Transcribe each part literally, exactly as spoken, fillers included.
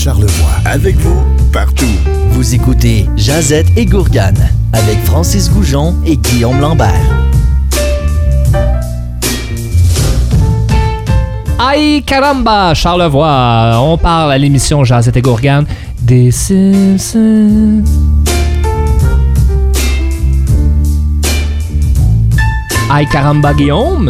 Charlevoix. Avec vous, partout. Vous écoutez Jazette et Gourgane avec Francis Goujon et Guillaume Lambert. Aïe caramba, Charlevoix. On parle à l'émission Jazette et Gourgane des Simpsons. Aïe caramba, Guillaume.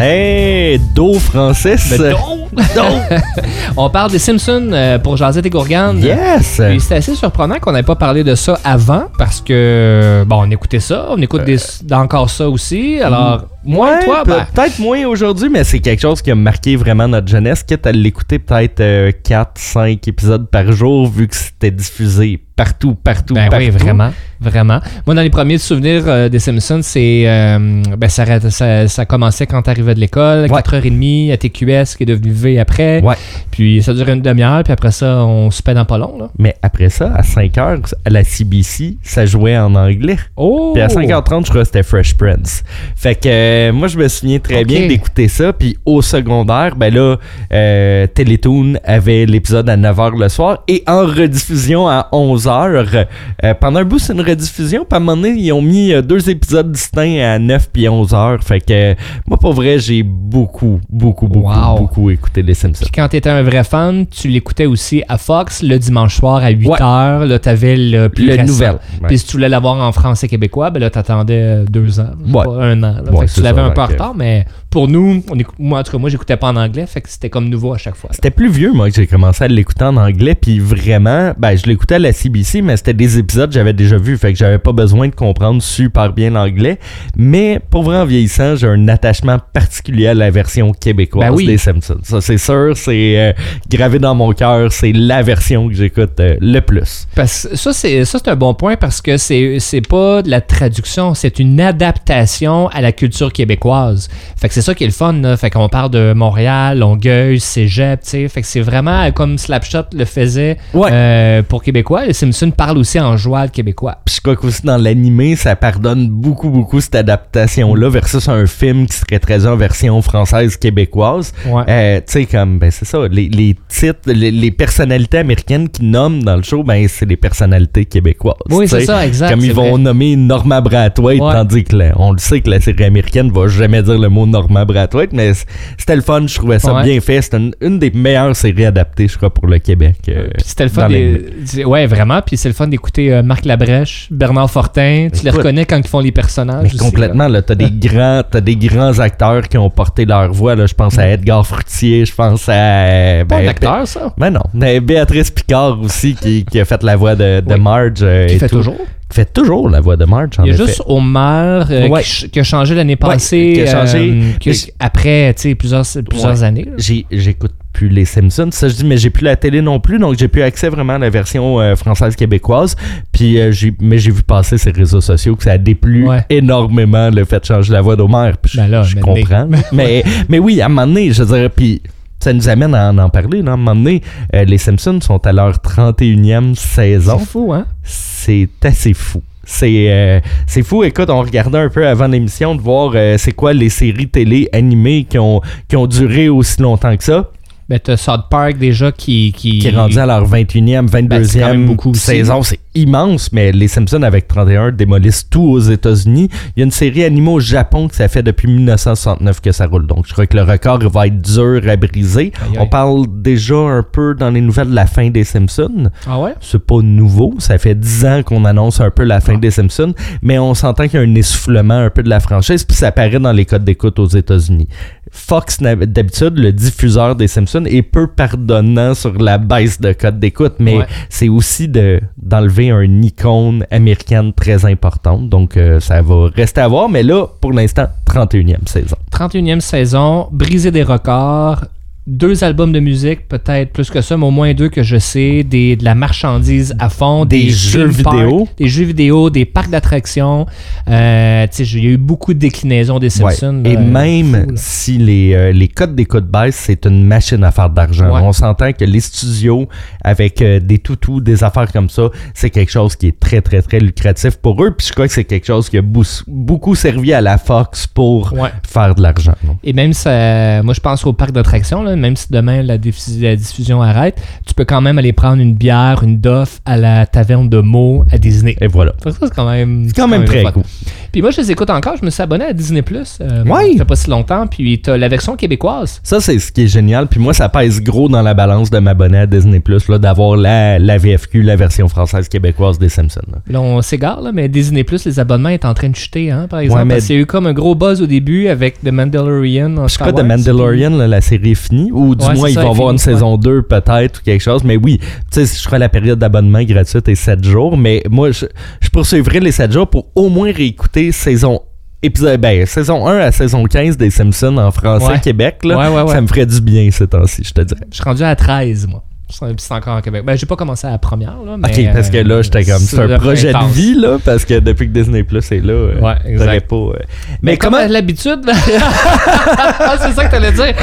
Hey, do Francis. Ben, do. do. On parle des Simpsons euh, pour Jazette et Gourgane. Yes. Et c'est assez surprenant qu'on n'ait pas parlé de ça avant parce que, bon, on écoutait ça, on écoute des, encore ça aussi. Alors, moi et toi, pe- ben, peut-être moins aujourd'hui, mais c'est quelque chose qui a marqué vraiment notre jeunesse, quitte à l'écouter peut-être euh, quatre cinq épisodes par jour, vu que c'était diffusé partout, partout, ben partout. oui, vraiment, vraiment. Moi, dans les premiers souvenirs euh, des Simpsons, c'est euh, ben ça, ça, ça commençait quand t'arrivais de l'école, Ouais. quatre heures trente à T Q S, qui est devenu V après. Ouais. Puis ça durait une demi-heure, puis après ça, on se paie dans pas long, là. Mais après ça, à cinq heures, à la C B C, ça jouait en anglais. Oh! Puis à cinq heures trente, je crois que c'était Fresh Prince. Fait que euh, moi, je me souviens très Ok. bien d'écouter ça. Puis au secondaire, ben là, euh, Télétoon avait l'épisode à neuf heures le soir et en rediffusion à onze heures. Euh, pendant un bout, c'est une rediffusion. Puis à un moment donné, ils ont mis euh, deux épisodes distincts à neuf puis onze heures. Fait que euh, moi, pour vrai, j'ai beaucoup, beaucoup, beaucoup, Wow. beaucoup écouté les Simpsons. Puis quand t'étais un vrai fan, tu l'écoutais aussi à Fox le dimanche soir à huit heures. Ouais. Là, t'avais le plus Le récent. nouvel. Ouais. Puis si tu voulais l'avoir en français québécois, ben là, t'attendais euh, deux ans. Ouais. Pas un an. Là. Ouais, fait que c'est tu l'avais ça, un peu en donc, euh, retard, mais pour nous, on écoute, moi, en tout cas, moi, j'écoutais pas en anglais, fait que c'était comme nouveau à chaque fois. Là. C'était plus vieux, moi, que j'ai commencé à l'écouter en anglais, puis vraiment, ben, je l'écoutais à la C B C, mais c'était des épisodes que j'avais déjà vus, fait que j'avais pas besoin de comprendre super bien l'anglais. Mais pour vrai, en vieillissant, j'ai un attachement particulier à la version québécoise Ben oui. des Simpsons. Ça, c'est sûr, c'est euh, gravé dans mon cœur, c'est la version que j'écoute euh, le plus. Parce que ça, c'est, ça, c'est un bon point parce que c'est, c'est pas de la traduction, c'est une adaptation à la culture québécoise. Fait que c'est ça qui est le fun, là. Fait qu'on parle de Montréal, Longueuil, Cégep, tu sais. Fait que c'est vraiment comme Slapshot le faisait Ouais. euh, pour Québécois. Les Simpsons parlent aussi en joual québécois. Puis je crois qu'aussi dans l'animé, ça pardonne beaucoup, beaucoup cette adaptation-là versus un film qui serait traduit en version française québécoise. Ouais. Euh, tu sais, comme, ben c'est ça, les, les titres, les, les personnalités américaines qui nomment dans le show, ben c'est des personnalités québécoises. Oui, c'est t'sais. ça, exact. Comme c'est ils vont vrai. nommer Norma Brathwaite, Ouais. tandis que la- on le sait que la série américaine va jamais dire le mot Norma Brathwaite, mais c- c'était le fun, je trouvais ça Ouais. bien fait. C'était une, une des meilleures séries adaptées, je crois, pour le Québec. euh, Puis c'était le fun dans des- l'animé. c'est- ouais, vraiment. Puis c'est le fun d'écouter euh, Marc Labrèche, Bernard Fortin. Tu les Écoute, reconnais quand ils font les personnages. Mais aussi, complètement, là, t'as des grands, t'as des grands acteurs qui ont porté leur voix, là. Je pense à Edgar Fruitier, je pense à, euh, là. Pas ben, un acteur, ça. Ben non, mais Béatrice Picard aussi qui, qui a fait la voix de, de Oui. Marge. euh, Qui et fait tout. toujours. Qui fait toujours la voix de Marge, en Il y a effet. juste Homer euh, Ouais. qui, ch- qui a changé l'année passée. qui a changé. euh, qui- Mais j- après, tu sais, plusieurs, plusieurs Ouais. années. là. J'ai, j'écoute plus les Simpsons, ça je dis, mais j'ai plus la télé non plus, donc j'ai plus accès vraiment à la version euh, française québécoise. Puis euh, j'ai, mais j'ai vu passer ces réseaux sociaux que ça a déplu Ouais. énormément le fait de changer la voix d'Homer. Puis je, Ben là, je mais- comprends. mais, mais oui, à un moment donné, je veux dire, puis ça nous amène à en, en parler. Là, à un moment donné, euh, les Simpsons sont à leur trente et unième saison. C'est fou, hein? C'est assez fou. C'est, euh, c'est fou. Écoute, on regardait un peu avant l'émission de voir euh, c'est quoi les séries télé animées qui ont, qui ont duré aussi longtemps que ça. Ben, t'as South Park déjà qui. Qui, Qui est rendu à leur vingt et unième, Ben, c'est quand vingt-deuxième même beaucoup aussi. saison. C'est immense, mais les Simpsons avec trente et un démolissent tout aux États-Unis. Il y a une série animée au Japon que ça fait depuis dix-neuf cent soixante-neuf que ça roule. Donc, je crois que le record va être dur à briser. Aïe, aïe. On parle déjà un peu dans les nouvelles de la fin des Simpsons. Ah ouais? C'est pas nouveau. Ça fait dix ans qu'on annonce un peu la fin des Simpsons, mais on s'entend qu'il y a un essoufflement un peu de la franchise, puis ça apparaît dans les codes d'écoute aux États-Unis. Fox, d'habitude, le diffuseur des Simpsons, est peu pardonnant sur la baisse de code d'écoute, mais Ouais. c'est aussi de, d'enlever un icône américaine très importante. Donc, euh, ça va rester à voir, mais là, pour l'instant, trente et unième saison. trente et unième saison, briser des records. Deux albums de musique, peut-être plus que ça, mais au moins deux que je sais, des, de la marchandise à fond, Des des, jeux theme parks, vidéo. des jeux vidéo, des parcs d'attractions. Euh, tu sais, il y a eu beaucoup de déclinaisons des Simpsons. Ouais. Et là, même fou, là. si les, euh, les codes d'écoute baissent, c'est une machine à faire d'argent. Ouais. On s'entend que les studios, avec euh, des toutous, des affaires comme ça, c'est quelque chose qui est très, très, très lucratif pour eux. Puis je crois que c'est quelque chose qui a bou- beaucoup servi à la Fox pour Ouais. faire de l'argent. non? Et même, ça, moi, je pense au parc d'attractions, là, là, même si demain la, diffus- la diffusion arrête, tu peux quand même aller prendre une bière, une doff à la taverne de Meaux à Disney. Et voilà. Ça, c'est quand même, c'est quand même très cool. Puis moi, je les écoute encore. Je me suis abonné à Disney Plus. Euh, ouais. Ça fait pas si longtemps. Puis t'as la version québécoise. Ça, c'est ce qui est génial. Puis moi, ça pèse gros dans la balance de m'abonner à Disney Plus, là, d'avoir la, la V F Q, la version française québécoise des Simpsons. Là, là on s'égare, là, mais Disney Plus, les abonnements est en train de chuter, hein, par exemple. Ouais, mais... Parce qu'il y a eu comme un gros buzz au début avec The Mandalorian. Je sais pas, The Mandalorian, là, la série est finie. Ou du ouais, moins, il ça, va y avoir fini, une ouais. saison deux peut-être, ou quelque chose. Mais oui, tu sais, je crois la période d'abonnement gratuite est sept jours. Mais moi, je, je poursuivrai les sept jours pour au moins réécouter saison Épisode, ben, saison un à saison quinze des Simpsons en français ouais. Québec, là, ouais, ouais, ouais. ça me ferait du bien ces temps-ci, je te dirais. Je suis rendu à treize, moi. C'est encore en Québec. Ben, j'ai pas commencé à la première, là. Mais, ok, parce que là, j'étais comme, c'est un projet intense. de vie, là, parce que depuis que Disney Plus est là, euh, ouais, exact. pas. Euh... Mais, mais comme comment à l'habitude, ah, c'est ça que t'allais dire.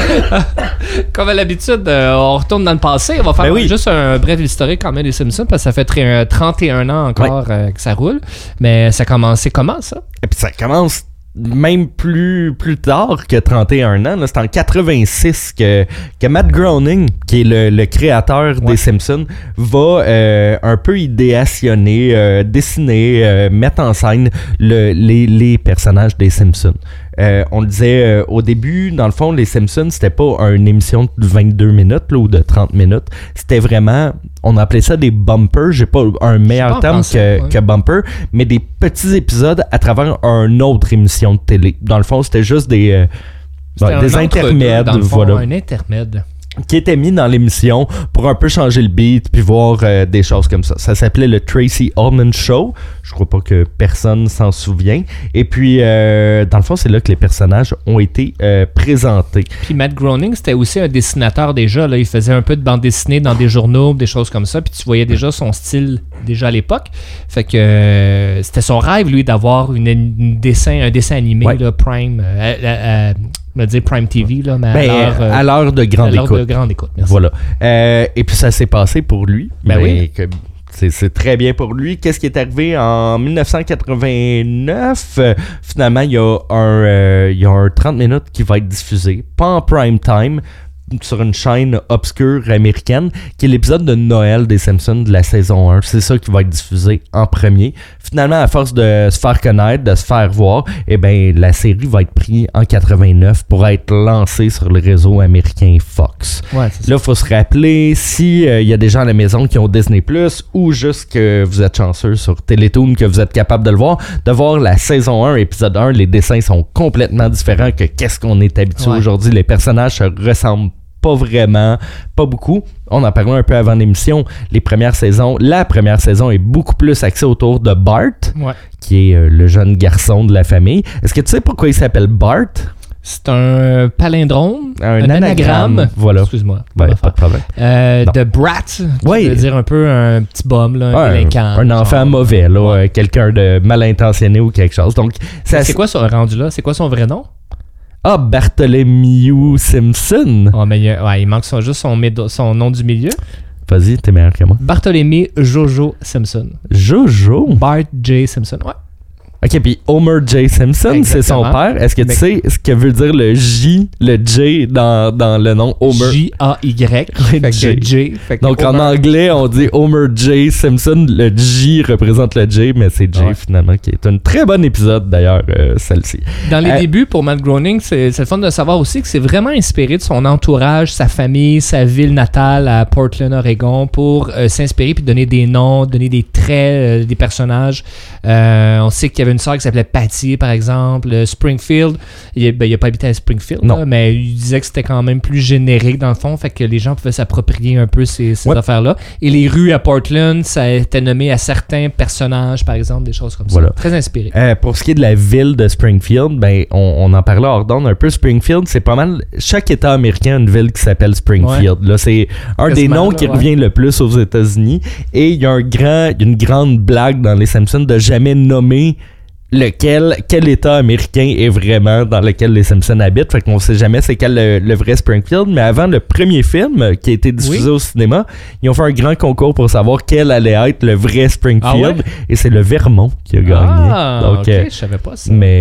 Comme à l'habitude, euh, on retourne dans le passé. On va faire ben oui. juste un bref historique quand même des Simpsons, parce que ça fait très, trente et un ans encore ouais. euh, que ça roule. Mais ça a commencé comment, ça? Et puis ça commence même plus, plus tard que trente et un ans. Là, c'est en quatre-vingt-six que, que Matt Groening, qui est le, le créateur ouais. des Simpsons, va euh, un peu idéationner, euh, dessiner, euh, mettre en scène le, les, les personnages des Simpsons. Euh, on le disait euh, au début, dans le fond, les Simpsons, c'était pas une émission de vingt-deux minutes là, ou de trente minutes. C'était vraiment, on appelait ça des bumpers. J'ai pas un meilleur terme que, ouais. que bumper, mais des petits épisodes à travers une autre émission de télé. Dans le fond, c'était juste des, euh, ben, des intermèdes. Dans le fond, voilà. Un intermède. Qui était mis dans l'émission pour un peu changer le beat puis voir euh, des choses comme ça. Ça s'appelait le Tracy Ullman Show. Je crois pas que personne s'en souvient. Et puis, euh, dans le fond, c'est là que les personnages ont été euh, présentés. Puis Matt Groening, c'était aussi un dessinateur déjà. Là. Il faisait un peu de bande dessinée dans des journaux, des choses comme ça. Puis tu voyais déjà son style déjà à l'époque. Fait que euh, c'était son rêve, lui, d'avoir une, une dessin, un dessin animé, ouais. là, Prime... Euh, euh, Je me dire Prime T V, là, mais ben, à, l'heure, euh, à l'heure de grande à l'heure écoute. de grande écoute, merci. Voilà. Euh, et puis ça s'est passé pour lui. Ben mais oui. Que, c'est, c'est très bien pour lui. Qu'est-ce qui est arrivé en dix-neuf cent quatre-vingt-neuf? Euh, finalement, il y a un, euh, il y a un trente minutes qui va être diffusé, pas en prime time, sur une chaîne obscure américaine, qui est l'épisode de Noël des Simpsons de la saison un. C'est ça qui va être diffusé en premier. Finalement, à force de se faire connaître, de se faire voir, eh ben, la série va être prise en quatre-vingt-neuf pour être lancée sur le réseau américain Fox. Ouais, c'est là, il faut se rappeler, si il euh, y a des gens à la maison qui ont Disney Plus, ou juste que vous êtes chanceux sur Télétoon, que vous êtes capable de le voir, de voir la saison un, épisode un, les dessins sont complètement différents que qu'est-ce qu'on est habitué ouais. aujourd'hui. Les personnages se ressemblent pas vraiment, pas beaucoup. On en parlait un peu avant l'émission. Les premières saisons, la première saison est beaucoup plus axée autour de Bart, ouais. qui est euh, le jeune garçon de la famille. Est-ce que tu sais pourquoi il s'appelle Bart? C'est un palindrome, un, un anagramme. anagramme. Voilà. Excuse-moi. Ouais, pas de problème. Euh, de Brat, ouais. qui veut dire un peu un petit bum, là, un ouais, délinquant. Un enfant genre, mauvais, là, ouais. euh, quelqu'un de mal intentionné ou quelque chose. Donc, c'est, c'est quoi son rendu là? C'est quoi son vrai nom? Ah, Bartholomew Simpson. Oh, mais il, ouais, il manque son, juste son, son nom du milieu. Vas-y, t'es meilleur que moi. Bartholomew Jojo Simpson. Jojo? Bart J. Simpson, ouais. Ok, puis Homer J. Simpson, exactement. C'est son père. Est-ce que tu sais ce que veut dire le J, le J dans, dans le nom Homer? J A Y. Fait que J. Fait que Donc Homer. En anglais, on dit Homer J. Simpson. Le J représente le J, mais c'est J ouais. finalement, qui est un très bon épisode d'ailleurs, euh, celle-ci. Dans les euh, débuts, pour Matt Groening, c'est, c'est le fun de savoir aussi que c'est vraiment inspiré de son entourage, sa famille, sa ville natale à Portland, Oregon, pour euh, s'inspirer puis donner des noms, donner des traits euh, des personnages. Euh, on sait qu'il y avait une sœur qui s'appelait Patty, par exemple. Springfield, il n'a pas habité à Springfield, là, mais il disait que c'était quand même plus générique dans le fond, fait que les gens pouvaient s'approprier un peu ces, ces ouais. affaires-là. Et les rues à Portland, ça a été nommé à certains personnages, par exemple, des choses comme voilà. ça. Très inspiré. Euh, pour ce qui est de la ville de Springfield, ben, on, on en parlait hors d'onde un peu. Springfield, c'est pas mal. Chaque État américain a une ville qui s'appelle Springfield. Ouais. Là, c'est un Quasiment, des noms là, qui ouais. revient le plus aux États-Unis. Et il y a un grand, une grande blague dans les Simpsons de jamais nommer lequel, quel État américain est vraiment dans lequel les Simpsons habitent. Fait qu'on sait jamais c'est quel le, le vrai Springfield. Mais avant le premier film qui a été diffusé oui. au cinéma, ils ont fait un grand concours pour savoir quel allait être le vrai Springfield. Ah ouais? Et c'est le Vermont qui a gagné. Ah, donc, ok, euh, je savais pas ça. Mais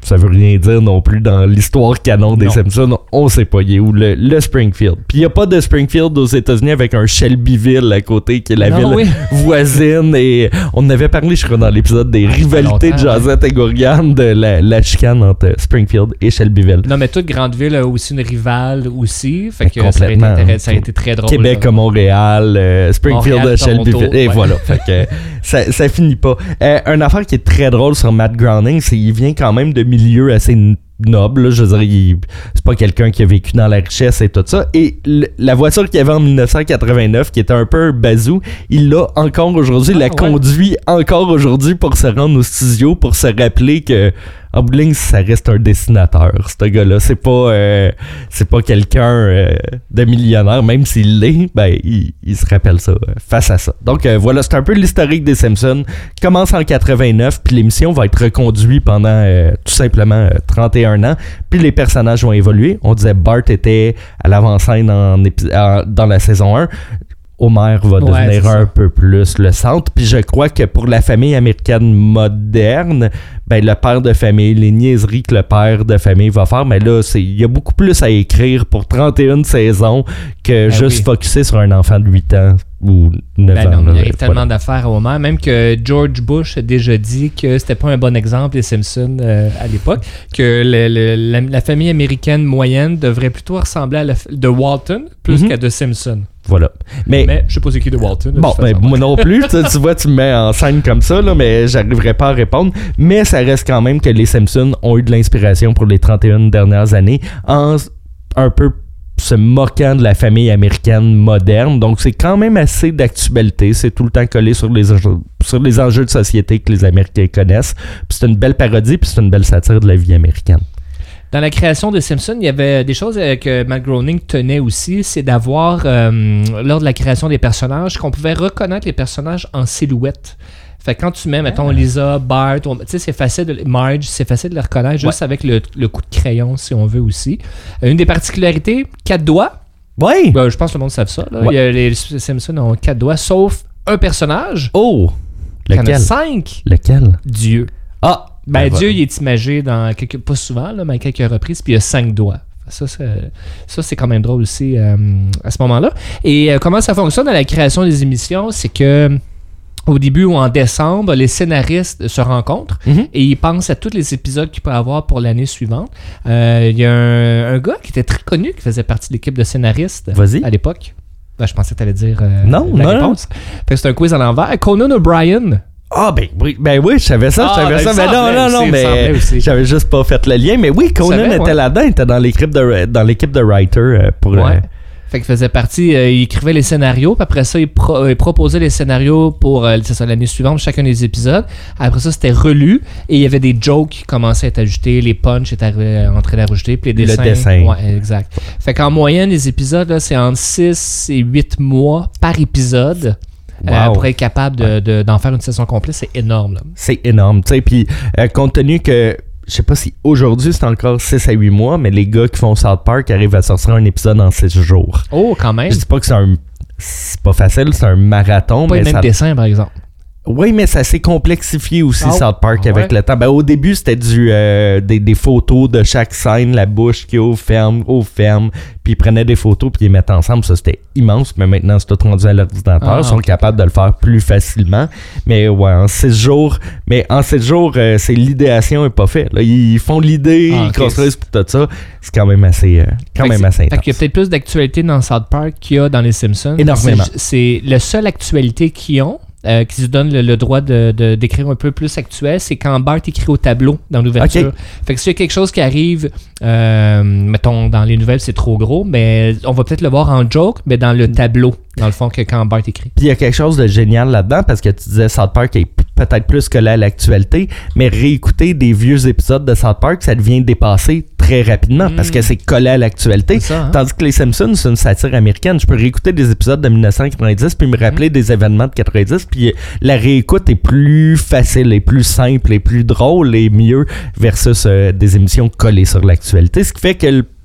ça veut rien dire non plus dans l'histoire canon des Non. Simpsons. On sait pas, il est où le, le Springfield. Puis il y a pas de Springfield aux États-Unis avec un Shelbyville à côté qui est la Non, ville oui. voisine. Et on en avait parlé, je crois, dans l'épisode des rivalités de longtemps, Josette et Gourgane, de la, la chicane entre Springfield et Shelbyville. Non, mais toute grande ville a aussi une rivale aussi. Fait que Mais ça aurait, été, complètement. intéress- ça aurait été très drôle. Québec là. à Montréal, euh, Springfield Montréal, à Shelbyville. Toronto, Et ouais. voilà. Fait que, ça, ça finit pas. Euh, une affaire qui est très drôle sur Matt Groening, c'est qu'il vient quand même de milieux assez n- nobles. Là. Je veux dire, il- c'est pas quelqu'un qui a vécu dans la richesse et tout ça. Et le- la voiture qu'il avait en dix-neuf cent quatre-vingt-neuf, qui était un peu un bazou, il l'a encore aujourd'hui, il Ah, la ouais. conduit encore aujourd'hui pour se rendre au studio, pour se rappeler que en bout de ligne, ça reste un dessinateur, ce gars-là. C'est pas, euh, c'est pas quelqu'un euh, de millionnaire, même s'il l'est, ben, il, il se rappelle ça, euh, face à ça. Donc euh, voilà, c'est un peu l'historique des Simpsons. Commence en quatre-vingt-neuf, puis l'émission va être reconduite pendant euh, tout simplement euh, trente et un ans, puis les personnages vont évoluer. On disait Bart était à l'avant-scène en épi- en- dans la saison un. Homer va Ouais, devenir c'est un ça. peu plus le centre. Puis je crois que pour la famille américaine moderne, ben le père de famille, les niaiseries que le père de famille va faire, mais là, c'est il y a beaucoup plus à écrire pour trente et une saisons que Ben juste oui. focusser sur un enfant de huit ans ou neuf Ben ans. non, il là, arrive tellement voilà. d'affaires à Homer, même que George Bush a déjà dit que c'était pas un bon exemple les Simpsons euh, à l'époque, que le- le- la, la famille américaine moyenne devrait plutôt ressembler à la f- de Walton plus Mhm. qu'à de Simpson. Voilà. Mais, Mais je sais pas c'est qui de Walton. de bon, toute ben, façon. moi non plus, tu, tu vois, tu me mets en scène comme ça, là, mais j'arriverai pas à répondre. Mais ça reste quand même que les Simpsons ont eu de l'inspiration pour les trente et une dernières années en s- un peu se moquant de la famille américaine moderne. Donc, c'est quand même assez d'actualité. C'est tout le temps collé sur les, enjeux- sur les enjeux de société que les Américains connaissent. Puis c'est une belle parodie, puis c'est une belle satire de la vie américaine. Dans la création des Simpsons, il y avait des choses euh, que Matt Groening tenait aussi, c'est d'avoir, euh, lors de la création des personnages, qu'on pouvait reconnaître les personnages en silhouette. Fait que quand tu mets, mettons, Lisa, Bart, on- tu sais, c'est facile de Marge, c'est facile de les reconnaître juste avec le, le coup de crayon, si on veut aussi. Euh, Une des particularités, quatre doigts. Ouais! Ben, je pense que le monde savent ça. Là. Ouais. Il y a les Simpsons ont quatre doigts, sauf un personnage. Oh! Il y en a Lequel? cinq. Lequel? Dieu. Ah! Ben, ben, Dieu, il est imagé dans quelques, pas souvent, là, mais à quelques reprises, puis il y a cinq doigts. Ça, c'est, ça, c'est quand même drôle aussi euh, à ce moment-là. Et euh, comment ça fonctionne dans la création des émissions, c'est que au début ou en décembre, les scénaristes se rencontrent Mhm. et ils pensent à tous les épisodes qu'ils pourraient avoir pour l'année suivante. Euh, Il y a un, un gars qui était très connu, qui faisait partie de l'équipe de scénaristes Vas-y. à l'époque. Ben, je pensais que tu allais dire euh, Non, la non, réponse. Fait que c'est un quiz à l'envers. Conan O'Brien. Ah, ben oui, ben oui, je savais ça, je Ah, savais ben, ça, il mais me non, semblait non, aussi, non, il me mais semblait aussi. j'avais juste pas fait le lien. Mais oui, Conan savais, était ouais. là-dedans, il était dans l'équipe de, dans l'équipe de writer euh, pour. Ouais. euh, Fait qu'il faisait partie, euh, il écrivait les scénarios, puis après ça, il, pro- euh, il proposait les scénarios pour euh, c'est ça, l'année suivante, chacun des épisodes. Après ça, c'était relu, et il y avait des jokes qui commençaient à être ajoutés, les punchs étaient arrivés, en train d'ajouter, puis les Le dessins. dessin. Ouais, exact. Fait qu'en moyenne, les épisodes, là, c'est entre six et huit mois par épisode. euh, Wow. pour être capable de- de- d'en faire une saison complète, c'est énorme. Là. C'est énorme, tu sais. Puis, euh, compte tenu que, je sais pas si aujourd'hui c'est encore six à huit mois, mais les gars qui font South Park arrivent à sortir un épisode en six jours. Oh, quand même. Je dis pas que c'est un. C'est pas facile, c'est un marathon, Pas mais les mêmes ça. dessins, par exemple. Oui, mais ça s'est complexifié aussi, Ah, South Park, ah avec ouais? le temps. Ben, au début, c'était du euh, des, des photos de chaque scène, la bouche qui ouvre, ferme, ouvre, ferme. Puis ils prenaient des photos puis ils les mettaient ensemble. Ça, c'était immense. Mais maintenant, c'est tout rendu à l'ordinateur. Ah, Ils sont ok. capables de le faire plus facilement. Mais ouais, en six jours... Mais en six jours, euh, c'est l'idéation est pas faite. Là. Ils font l'idée, Ah, ils ok. construisent tout ça. C'est quand même assez, euh, quand Fait que même c'est- assez Fait intense. qu'il y a peut-être plus d'actualité dans South Park qu'il y a dans les Simpsons. Énormément. C'est, c'est la seule actualité qu'ils ont, euh, qui se donne le, le droit de, de- d'écrire un peu plus actuel, c'est quand Bart écrit au tableau dans l'ouverture. Ok. Fait que s'il y a quelque chose qui arrive, euh, mettons, dans les nouvelles, c'est trop gros, mais on va peut-être le voir en joke, mais dans le tableau, dans le fond, que quand Bart écrit. Puis il y a quelque chose de génial là-dedans parce que tu disais South Park est p- peut-être plus collé à l'actualité, mais réécouter des vieux épisodes de South Park, ça devient dépassé très rapidement Mm. parce que c'est collé à l'actualité. C'est ça, hein? Tandis que les Simpsons, c'est une satire américaine. Je peux réécouter des épisodes de dix-neuf cent quatre-vingt-dix puis me rappeler des événements de quatre-vingt-dix, puis la réécoute est plus facile, est plus simple, est plus drôle et mieux versus euh, des émissions collées sur l'actualité. Ce qui fait que le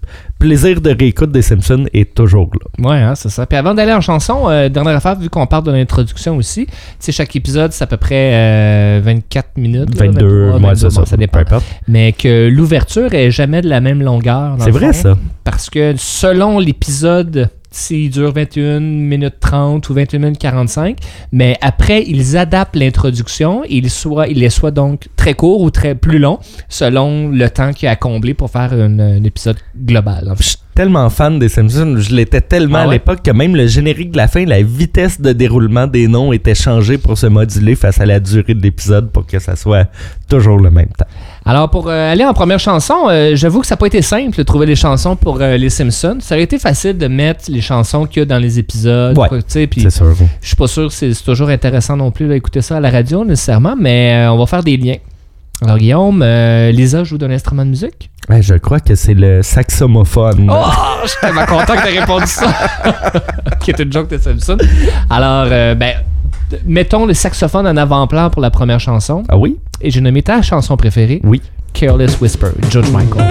plaisir de réécoute des Simpsons est toujours là. Ouais, hein, c'est ça. Puis avant d'aller en chanson, euh, dernière affaire, vu qu'on parle de l'introduction aussi, tu sais, chaque épisode, c'est à peu près euh, vingt-quatre minutes. Là, vingt-deux, vingt-trois, moi, vingt-deux, c'est ça. bon, ça dépend. Mais que l'ouverture est jamais de la même longueur. C'est vrai, fond, ça. Parce que selon l'épisode, s'il dure vingt et une minutes trente ou vingt et une minutes quarante-cinq, mais après, ils adaptent l'introduction et ils, soient, ils les soient donc très courts ou très plus longs selon le temps qu'il y a à combler pour faire une, un épisode global. En fait. Je suis tellement fan des Simpsons, je l'étais tellement Ah ouais? à l'époque que même le générique de la fin, la vitesse de déroulement des noms était changée pour se moduler face à la durée de l'épisode pour que ça soit toujours le même temps. Alors, pour euh, aller en première chanson, euh, j'avoue que ça n'a pas été simple de trouver les chansons pour euh, les Simpsons. Ça aurait été facile de mettre les chansons qu'il y a dans les épisodes. Ouais, quoi, tu sais, puis c'est sûr. je suis pas sûr que c'est, c'est toujours intéressant non plus d'écouter ça à la radio nécessairement, mais euh, on va faire des liens. Alors, Guillaume, euh, Lisa joue d'un instrument de musique? Ouais, je crois que c'est le saxophone. Oh! Je suis tellement content que tu aies répondu ça. Qui est une joke de Simpson. Alors, euh, ben, mettons le saxophone en avant-plan pour la première chanson. Ah oui? Et j'ai nommé ta chanson préférée. Oui. Careless Whisper, George Michael.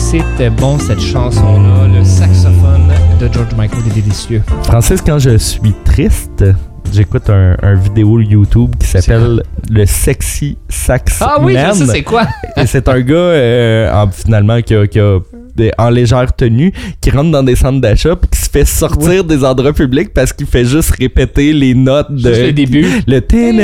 c'était bon cette chanson-là. Le saxophone de George Michael est délicieux. Francis, quand je suis triste, j'écoute un, un vidéo YouTube qui s'appelle Le Sexy Sax Ah oui, Man. je sais c'est quoi. Et c'est un gars, euh, en, finalement, qui a, qui a des, en légère tenue, qui rentre dans des centres d'achat puis qui se fait sortir oui. des endroits publics parce qu'il fait juste répéter les notes de... Juste le début. Le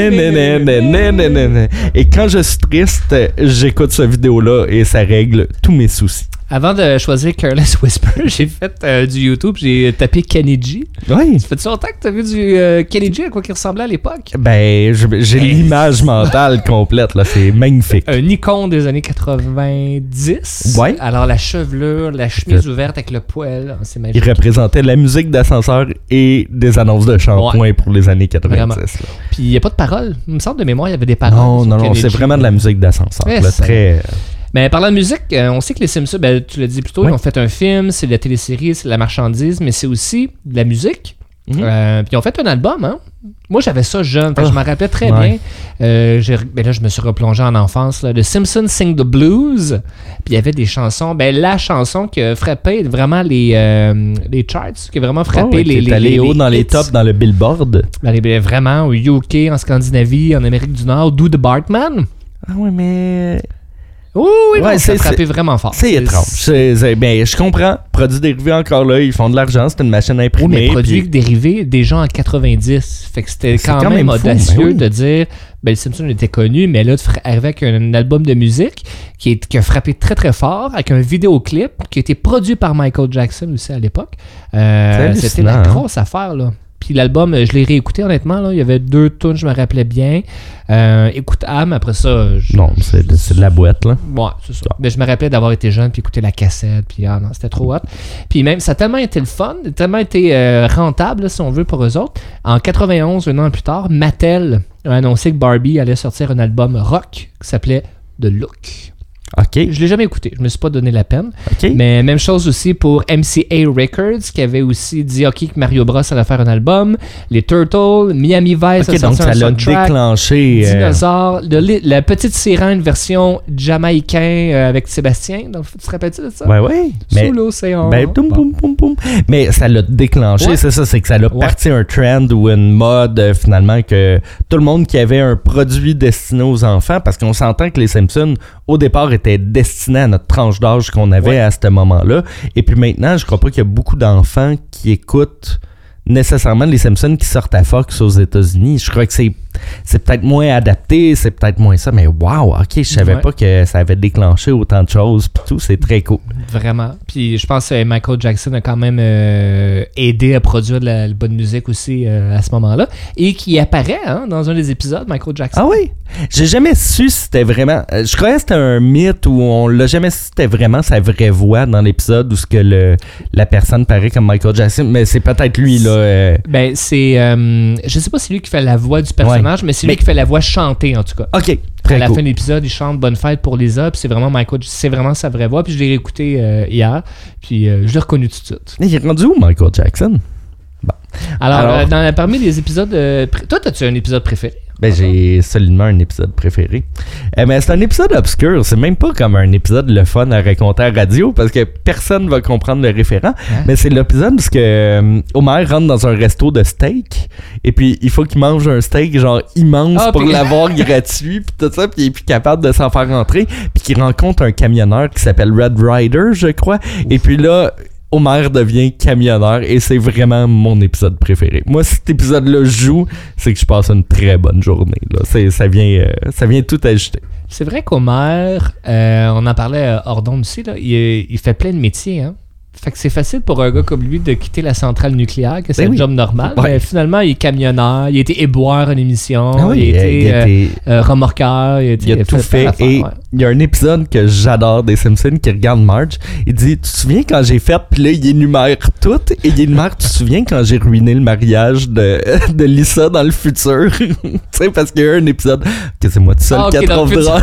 t-na-na-na-na-na-na-na. Et quand je suis triste, j'écoute cette vidéo-là et ça règle tous mes soucis. Avant de choisir Careless Whisper, j'ai fait euh, du YouTube, j'ai tapé Kenny G. Oui. Ça fait longtemps que t'as vu du euh, Kenny G, à quoi qu'il ressemblait à l'époque? Ben, je, j'ai hey. l'image mentale complète, là, c'est magnifique. Un icône des années quatre-vingt-dix. Ouais. Alors la chevelure, la chemise c'est... ouverte avec le poil, c'est magique. Il représentait la musique d'ascenseur et des annonces de shampoing ouais. pour les années quatre-vingt-dix. Puis il n'y a pas de paroles. Il me semble de mémoire, il y avait des paroles. Non, non, non, c'est vraiment de la musique d'ascenseur. Ouais, là, très... Mais parlant de musique, on sait que les Simpsons, ben, tu l'as dit plus tôt, oui. ils ont fait un film, c'est de la télésérie, c'est de la marchandise, mais c'est aussi de la musique. Mm-hmm. Euh, puis ils ont fait un album, hein. Moi, j'avais ça jeune, oh. je m'en rappelais très ouais. bien. Euh, j'ai, ben là, je me suis replongé en enfance. Là. The Simpsons Sing the Blues. Puis il y avait des chansons. Ben, la chanson qui a frappé vraiment les, euh, les charts, qui a vraiment frappé oh, les, les, allé les, haut les dans les tops, dans le Billboard. Ben, vraiment, au U K, en Scandinavie, en Amérique du Nord, Do the Bartman. Ah ouais, mais... Oui, oui, ouais, non, ça a frappé vraiment fort. C'est, c'est étrange. C'est, c'est, ben, je comprends. Produits dérivés encore là, ils font de l'argent, c'est une machine imprimée. Oui, mais produits puis... dérivés déjà en quatre-vingt-dix. Fait que c'était quand, quand même, même audacieux ben oui. de dire, ben, les Simpsons étaient connus, mais là, de arriver avec un, un album de musique qui, est, qui a frappé très très fort, avec un vidéoclip qui a été produit par Michael Jackson aussi à l'époque. Euh, c'était la grosse hein? affaire, là. Puis l'album, je l'ai réécouté honnêtement, là. Il y avait deux tunes, je me rappelais bien. Euh, écoutable, après ça... Je, non, c'est de, c'est de la boîte, là. Ouais, c'est ça. Mais je me rappelais d'avoir été jeune, puis écouter la cassette, puis ah non, c'était trop hot. Puis même, ça a tellement été le fun, tellement été euh, rentable, là, si on veut, pour eux autres. En quatre-vingt-onze, un an plus tard, Mattel a annoncé que Barbie allait sortir un album rock qui s'appelait The Look. OK. Je l'ai jamais écouté, je me suis pas donné la peine. OK. Mais même chose aussi pour M C A Records qui avait aussi dit OK que Mario Bros allait faire un album, les Turtles, Miami Vice okay, a sorti donc un ça soundtrack, l'a déclenché euh... Dinosaure, de, la petite sirène version jamaïcain euh, avec Sébastien. Donc, tu te rappelles-tu de ça? Ouais ouais. Sous mais, l'océan. Ben, boum, boum, boum, boum. Mais ça l'a déclenché, ouais. c'est ça, c'est que ça l'a ouais. parti un trend ou une mode euh, finalement que tout le monde qui avait un produit destiné aux enfants, parce qu'on s'entend que les Simpsons au départ était destiné à notre tranche d'âge qu'on avait ouais. à ce moment-là. Et puis maintenant, je crois pas qu'il y a beaucoup d'enfants qui écoutent nécessairement les Simpsons qui sortent à Fox aux États-Unis. Je crois que c'est, c'est peut-être moins adapté, c'est peut-être moins ça, mais wow, ok, je savais ouais. pas que ça avait déclenché autant de choses pis tout, c'est très cool. Vraiment. Puis je pense que Michael Jackson a quand même euh, aidé à produire de la, la bonne musique aussi euh, à ce moment-là, et qui apparaît hein, dans un des épisodes, Michael Jackson. Ah oui? J'ai jamais su si c'était vraiment... Je croyais que c'était un mythe où on l'a jamais su si c'était vraiment sa vraie voix dans l'épisode où ce que le, la personne paraît comme Michael Jackson, mais c'est peut-être lui, là. Euh... Ben, c'est... Euh, je sais pas si c'est lui qui fait la voix du personnage, ouais. mais c'est lui mais... qui fait la voix chantée, en tout cas. OK. Très à la cool. fin de l'épisode, il chante Bonne fête pour Lisa, puis c'est vraiment Michael, c'est vraiment sa vraie voix, puis je l'ai réécouté euh, hier, puis euh, je l'ai reconnu tout de suite. Mais il est rendu où, Michael Jackson? Bon. Alors, Alors... Euh, dans, parmi les épisodes... Euh, pré... Toi, as-tu un épisode préféré? Ben, j'ai solidement un épisode préféré. Euh, mais c'est un épisode obscur. C'est même pas comme un épisode le fun à raconter à radio parce que personne va comprendre le référent. Hein? Mais c'est l'épisode où euh, Homer rentre dans un resto de steak et puis il faut qu'il mange un steak genre immense ah, pour pis... l'avoir gratuit puis tout ça puis il est plus capable de s'en faire rentrer puis qu'il rencontre un camionneur qui s'appelle Red Ryder, je crois. Ouf. Et puis là... Homer devient camionneur et c'est vraiment mon épisode préféré. Moi, si cet épisode-là joue, c'est que je passe une très bonne journée. Là. C'est, ça, vient, euh, ça vient tout ajouter. C'est vrai qu'Homer, euh, on en parlait hors d'onde aussi, là, il, il fait plein de métiers. Hein? Fait que c'est facile pour un gars comme lui de quitter la centrale nucléaire, que c'est ben un oui. job normal. Ouais. Mais finalement, il est camionneur, il a été éboueur en émission, ah oui, il a été, il a été euh, euh, remorqueur, il a, été, il a tout fait. fait et ouais. il y a un épisode que j'adore des Simpsons qui regarde Marge. Il dit, tu te souviens quand j'ai fait, puis là, il énumère tout, et il énumère, tu te souviens quand j'ai ruiné le mariage de, de Lisa dans le futur? Tu sais, parce qu'il y a un épisode, que c'est moi tout seul ah, qui okay, a trop drôle.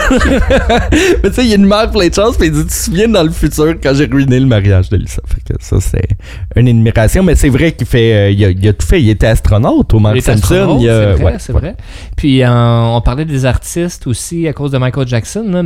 Mais tu sais, il énumère plein de choses, puis il dit, tu te souviens dans le futur quand j'ai ruiné le mariage de Lisa? Fait que ça, c'est une admiration, mais c'est vrai qu'il fait, euh, il, a, il a tout fait. Il était astronaute au Mark Simpson. Il a, c'est vrai, ouais, c'est ouais. vrai. Puis euh, on parlait des artistes aussi à cause de Michael Jackson, là, mais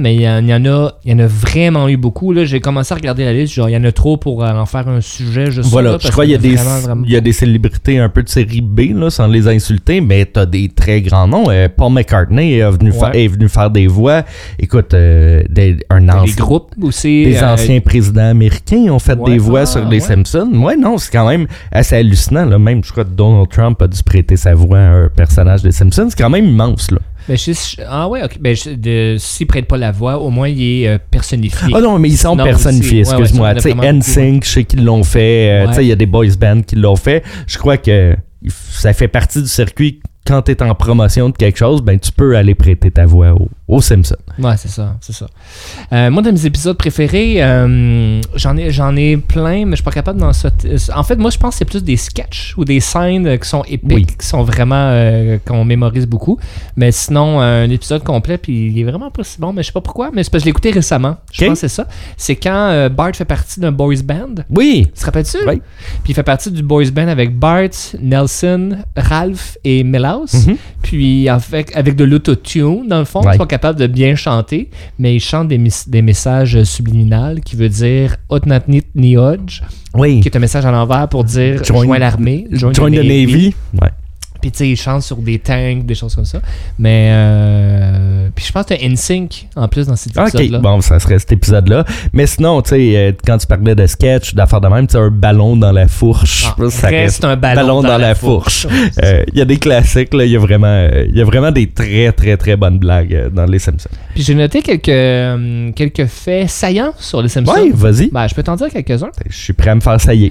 mais il y, en, il y en a il y en a vraiment eu beaucoup. Là. J'ai commencé à regarder la liste, genre il y en a trop pour en faire un sujet. Juste voilà, ça, là, je crois qu'il y a, des, vraiment, vraiment... il y a des célébrités un peu de série B, là, sans les insulter, mais t'as des très grands noms. Euh, Paul McCartney est venu, ouais. fa- est venu faire des voix. Écoute, euh, des, un ancien, des groupes aussi. Des euh, anciens présidents américains ont fait ouais, des voix ah, sur les ouais. Simpsons. Ouais, non, c'est quand même assez hallucinant. Là. Même, je crois que Donald Trump a dû prêter sa voix à un personnage des Simpsons. C'est quand même immense, là. Ben, je, je, ah ouais, ok. Ben, je, de, s'il ne prête pas la voix, au moins il est euh, personnifié. Ah non, mais ils sont non, personnifiés, aussi. excuse-moi. Ouais, ouais, tu sais, N Sync, je sais qu'ils l'ont fait. Euh, ouais. Tu sais, il y a des boys bands qui l'ont fait. Je crois que ça fait partie du circuit. Quand tu es en promotion de quelque chose, ben tu peux aller prêter ta voix au, au Simpsons. Ouais, c'est ça, c'est ça. Euh, moi, de mes épisodes préférés, euh, j'en ai, j'en ai plein, mais je suis pas capable d'en sauter. En fait, moi, je pense que c'est plus des sketchs ou des scènes qui sont épiques, oui. qui sont vraiment euh, qu'on mémorise beaucoup. Mais sinon, un épisode complet, puis il est vraiment pas si bon, mais je sais pas pourquoi. Mais c'est parce que je l'ai écouté récemment. Je okay. pense que c'est ça. C'est quand euh, Bart fait partie d'un boys band. Oui. Tu te rappelles-tu? Oui. Puis il fait partie du boys band avec Bart, Nelson, Ralph et Milhouse. Mm-hmm. Puis en fait, avec de l'autotune, dans le fond, ouais. ils sont pas capables de bien chanter, mais ils chantent des, mis- des messages subliminales qui veut dire Otnatnit ni Hodge, oui. qui est un message à l'envers pour dire join, join l'armée, join, join the Navy. Navy. Ouais. Puis tu sais, ils chantent sur des tanks, des choses comme ça. Mais euh... puis je pense que t'as N Sync en plus dans cet épisode-là. Ok, bon, ça serait cet épisode-là. Mais sinon, tu sais, quand tu parlais de sketch, d'affaires de même, tu sais, un ballon dans la fourche. Ah, ça reste un ballon, ballon dans, dans la, la fourche. Il euh, y a des classiques, il y a vraiment, il y a vraiment des très, très, très bonnes blagues dans les Simpsons. Puis j'ai noté quelques, euh, quelques faits saillants sur les Simpsons. Oui, vas-y. Ben, je peux t'en dire quelques-uns. Je suis prêt à me faire sailler.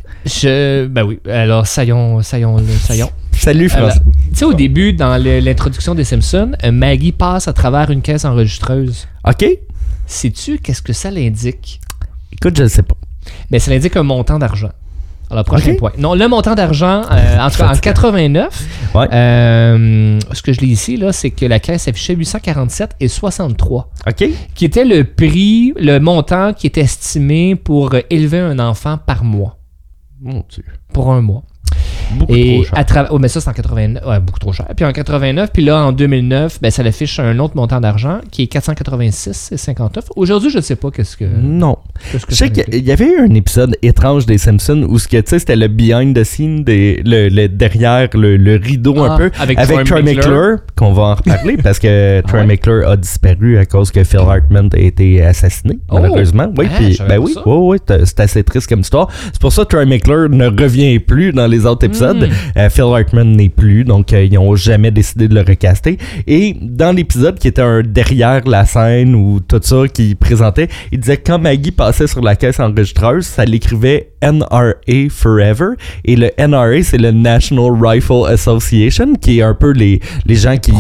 Je, ben oui, alors saillons, saillons, saillons. Salut François. Tu sais, au début, dans le, l'introduction des Simpsons, Maggie passe à travers une caisse enregistreuse. OK. Sais-tu qu'est-ce que ça l'indique? Écoute, je ne sais pas. Ben, ça l'indique un montant d'argent. Alors, prochain okay. point. Non, le montant d'argent, euh, en, en quatre-vingt-neuf, ouais. euh, ce que je lis ici, là, c'est que la caisse affichait huit cent quarante-sept et soixante-trois. OK. Qui était le prix, le montant qui était estimé pour élever un enfant par mois. Mon Dieu. Pour un mois. Beaucoup et trop cher. À tra- oh, mais ça, c'est en quatre-vingt-neuf. Ouais, beaucoup trop cher. Puis en quatre-vingt-neuf, puis là, en deux mille neuf, ben, ça affiche un autre montant d'argent qui est quatre cent quatre-vingt-six et cinquante-neuf. Aujourd'hui, je ne sais pas qu'est-ce que... Non. Qu'est-ce que je sais qu'il y avait eu un épisode étrange des Simpsons où ce que, tu sais, c'était le behind the scene, des, le, le derrière le, le rideau ah, un peu, avec, avec Troy McClure, qu'on va en reparler parce que Troy ah ouais? McClure a disparu à cause que Phil Hartman a été assassiné, oh, malheureusement. Oui, ah, puis, ben oui, oui, oui, c'est assez triste comme histoire. C'est pour ça que Troy McClure ne revient plus dans les autres épisodes. Mm. Euh, Phil Hartman n'est plus, donc euh, ils n'ont jamais décidé de le recaster. Et dans l'épisode qui était un derrière la scène ou tout ça qui présentait, il disait que quand Maggie passait sur la caisse enregistreuse, ça l'écrivait N R A Forever. Et le N R A, c'est le National Rifle Association, qui est un peu les, les gens qui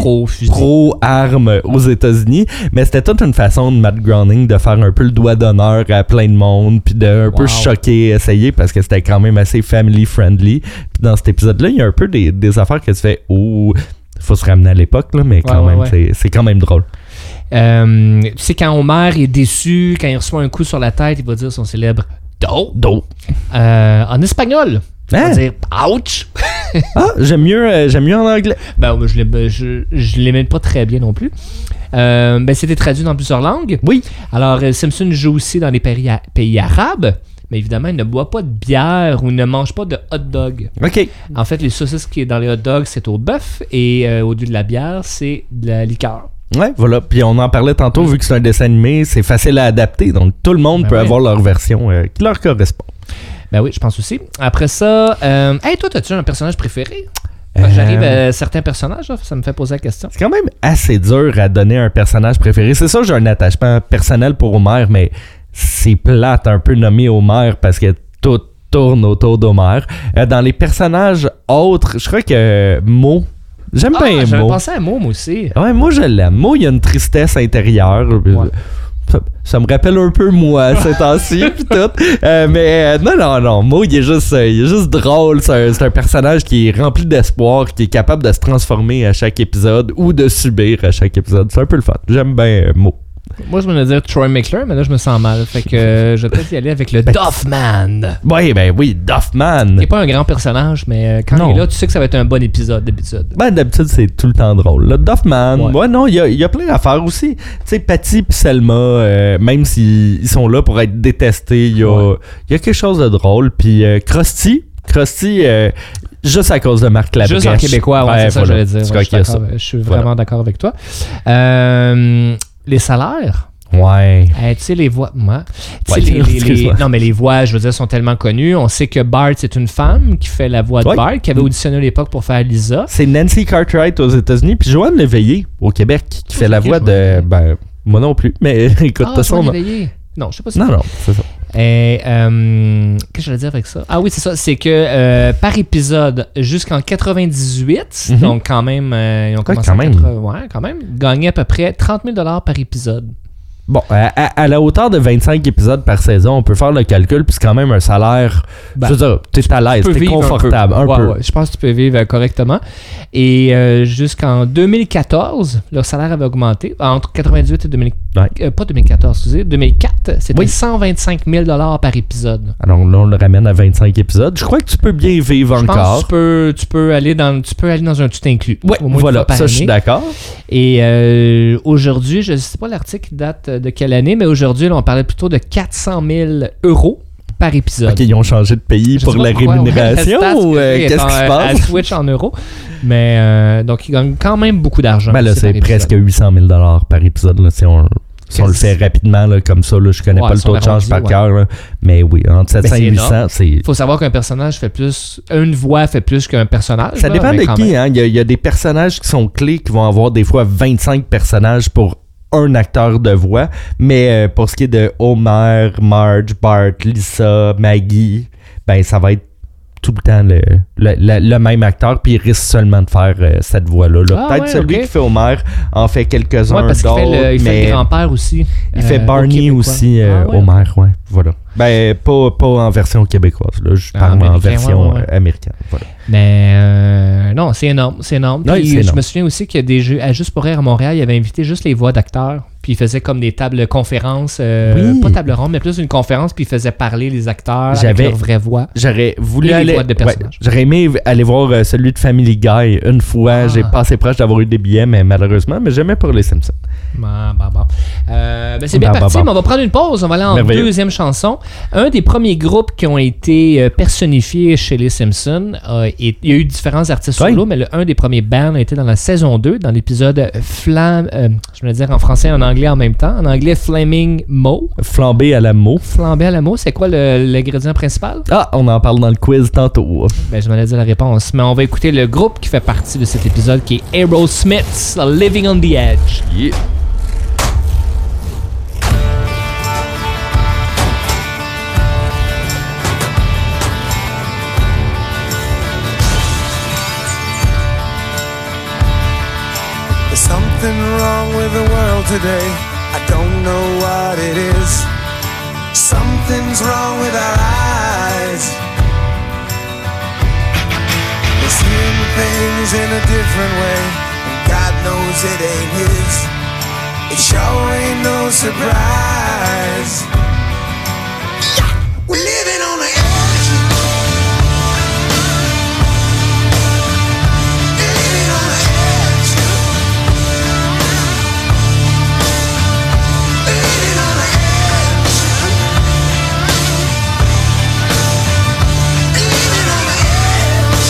pro-armes aux États-Unis. Mais c'était toute une façon de Matt Groening de faire un peu le doigt d'honneur à plein de monde, puis de un wow. peu choquer, essayer, parce que c'était quand même assez family-friendly. Puis dans cet épisode-là, il y a un peu des, des affaires que tu fais « Oh, faut se ramener à l'époque, là, mais quand ouais, même, ouais, ouais. C'est, c'est quand même drôle. » Euh, tu sais, quand Homer est déçu, quand il reçoit un coup sur la tête, il va dire son célèbre « Do! » Do! Euh, en espagnol, il hein? va dire « Ouch! » Ah, j'aime mieux, euh, j'aime mieux en anglais. Ben, je ne je, je l'aimais pas très bien non plus. Euh, ben, c'était traduit dans plusieurs langues. Oui. Alors, Simpson joue aussi dans les pays, pays arabes. Mais évidemment, il ne boit pas de bière ou ne mange pas de hot dog. OK. En fait, les saucisses qui est dans les hot dogs, c'est au bœuf et euh, au lieu de la bière, c'est de la liqueur. Ouais, voilà. Puis on en parlait tantôt, vu que c'est un dessin animé, c'est facile à adapter. Donc tout le monde ben peut ouais. avoir leur version euh, qui leur correspond. Ben oui, je pense aussi. Après ça, euh, hey, toi, as-tu un personnage préféré? Euh... J'arrive à certains personnages, là, ça me fait poser la question. C'est quand même assez dur à donner un personnage préféré. C'est ça, j'ai un attachement personnel pour Homer, mais c'est plate un peu nommé Homer parce que tout tourne autour d'Homer. Euh, dans les personnages autres, je crois que Mo, j'aime ah, bien Mo. J'avais pensé à Mo, moi aussi. Ouais, moi je l'aime. Mo, il y a une tristesse intérieure. Ouais. Ça, ça me rappelle un peu moi ces temps-ci pis tout. Euh, mais euh, non, non, non. Mo, il est juste, euh, il est juste drôle. C'est un, c'est un personnage qui est rempli d'espoir, qui est capable de se transformer à chaque épisode ou de subir à chaque épisode. C'est un peu le fun. J'aime bien euh, Mo. Moi, je voulais dire Troy McClure, mais là, je me sens mal. Fait que euh, je vais peut-être y aller avec le Ben, Duffman. Oui, ben oui, Duffman. Il n'est pas un grand personnage, mais euh, quand Non. il est là, tu sais que ça va être un bon épisode d'habitude. Ben, d'habitude, c'est tout le temps drôle. Le Duffman, ouais, Ouais. non, il y a, il y a plein d'affaires aussi. Tu sais, Patty et Selma, euh, même s'ils ils sont là pour être détestés, il y a, Ouais. il y a quelque chose de drôle. Puis euh, Krusty, Krusty, euh, juste à cause de Marc Labrèche. Juste en québécois, ouais, c'est ça que voilà. j'allais dire. C'est Ouais, quoi je, suis qu'il y a ça. d'accord, je suis Voilà. vraiment d'accord avec toi. Euh, les salaires. Ouais. Euh, tu sais, les voix. Moi. Tu sais, Ouais, les, les- excuse-moi. les- non, mais les voix, je veux dire, sont tellement connues. On sait que Bart, c'est une femme qui fait la voix de Ouais. Bart, qui avait auditionné à l'époque pour faire Lisa. C'est Nancy Cartwright aux États-Unis, puis Joanne Léveillé au Québec, qui fait la Ok, voix je de. vois. Ben, moi non plus, mais écoute, Ah, pas je son vois nom. l'éveillé. Non, je sais pas si Non, non, c'est ça. Et, euh, qu'est-ce que je veux dire avec ça? Ah oui, c'est ça. C'est que euh, par épisode, jusqu'en quatre-vingt-dix-huit, Mhm. donc quand même, euh, ils ont commencé quand en même. quatre-vingts, ouais, quand même, gagnaient à peu près trente mille dollars par épisode. Bon, à, à- à la hauteur de vingt-cinq épisodes par saison, on peut faire le calcul, puis c'est quand même un salaire. Ben, je veux dire, t'es à l'aise, Tu peux t'es vivre confortable, un peu. Ouais, ouais, je pense que tu peux vivre euh, correctement. Et euh, jusqu'en deux mille quatorze, leur salaire avait augmenté. Entre quatre-vingt-dix-huit et deux mille... Ouais. euh, pas deux mille quatorze, excusez. deux mille quatre, c'était Oui. cent vingt-cinq mille dollars par épisode. Alors là, on le ramène à vingt-cinq épisodes. Je crois que tu peux bien vivre Je pense encore. que tu peux, tu peux aller dans, tu peux aller dans un tout inclus. Ouais, Au moins une voilà, fois par ça je suis année. d'accord. Et euh, aujourd'hui, je ne sais pas l'article qui date de quelle année, mais aujourd'hui, là, on parlait plutôt de quatre cent mille euros par épisode. Ok, ils ont changé de pays Je pour sais pas la pourquoi, ouais, rémunération la stat ou que euh, j'ai est qu'est-ce en- qui se Elle passe? switch en euros. Mais euh, donc, ils gagnent quand même beaucoup d'argent. Ben là, aussi c'est par épisode. presque huit cent mille dollars par épisode. Là, si on, si on le fait rapidement, là, comme ça, là, je connais Ouais, pas le si taux on de change par arrondit, cœur. là. Mais oui, entre sept cents c'est et huit cents, énorme. c'est. Il faut savoir qu'un personnage fait plus. Une voix fait plus qu'un personnage. Ça là, dépend mais de quand qui. même. Hein? Il, y a, il y a des personnages qui sont clés qui vont avoir des fois vingt-cinq personnages pour un acteur de voix. Mais euh, pour ce qui est de Homer, Marge, Bart, Lisa, Maggie, ben ça va être tout le temps le, le, le- le même acteur, puis il risque seulement de faire euh, cette voix-là. là. Ah, Peut-être ouais, celui ok. qui fait Homer en fait quelques-uns Ouais, parce qu'il fait d'autres, le, il fait mais le grand-père aussi. il euh, fait au Barney Québécois. aussi, euh, Ah, ouais, Homer, ouais, voilà. Ben, pas, pas en version québécoise, là, je Ah, parle en américain, version ouais, ouais. euh, américaine, voilà. Mais euh, non, c'est énorme, c'est énorme. Ouais, Puis, c'est je énorme. me souviens aussi qu'il y a des jeux à Juste pour rire à Montréal, il avait invité juste les voix d'acteurs. Puis il faisait comme des tables conférences, euh, Oui. pas table ronde, mais plus une conférence, puis il faisait parler les acteurs avec J'avais- leur vraie voix. J'aurais voulu Et les aller. voix de personnages. ouais, j'aurais aimé aller voir euh, celui de Family Guy une fois. Ah. J'ai passé proche d'avoir eu des billets, mais malheureusement, mais jamais pour les Simpsons. Bon, bon, bon. Euh, ben, c'est bien Bon, parti, bon, bon. mais on va prendre une pause. On va aller en Merveilleux. deuxième chanson. Un des premiers groupes qui ont été euh, personnifiés chez les Simpsons, euh, et il y a eu différents artistes Oui. solo, mais le, un des premiers bands a été dans la saison deux, dans l'épisode Flam... euh, je vais le dire en français et en anglais en même temps. En anglais, Flaming Mo. Flambé à la mot. Flambé à la mot, c'est quoi le- l'ingrédient principal? Ah, on en parle dans le quiz tantôt. Ben, je m'allais dire la réponse, mais on va écouter le groupe qui fait partie de cet épisode, qui est Aerosmith, Living on the Edge. Yeah. There's something wrong with the world today. I don't know what it is. Something's wrong with our eyes. We're seeing things in a different way, and God knows it ain't His. It sure ain't no surprise. We're living on the edge. Living on the edge. Living on the edge. Living on the edge.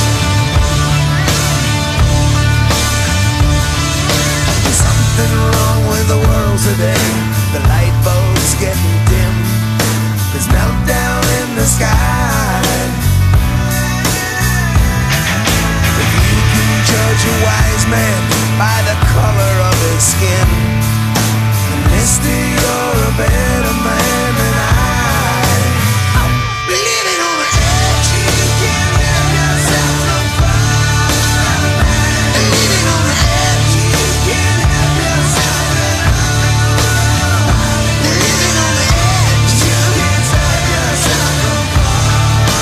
There's something wrong with the world today. The light bulb's getting dim. There's meltdown in the sky. If you can judge a wise man by the color of his skin, then mister, you're a better man than I. Living on the edge, you can't help yourself from falling. Living on the edge, you can't help yourself at all. Living on the edge, you can't stop yourself from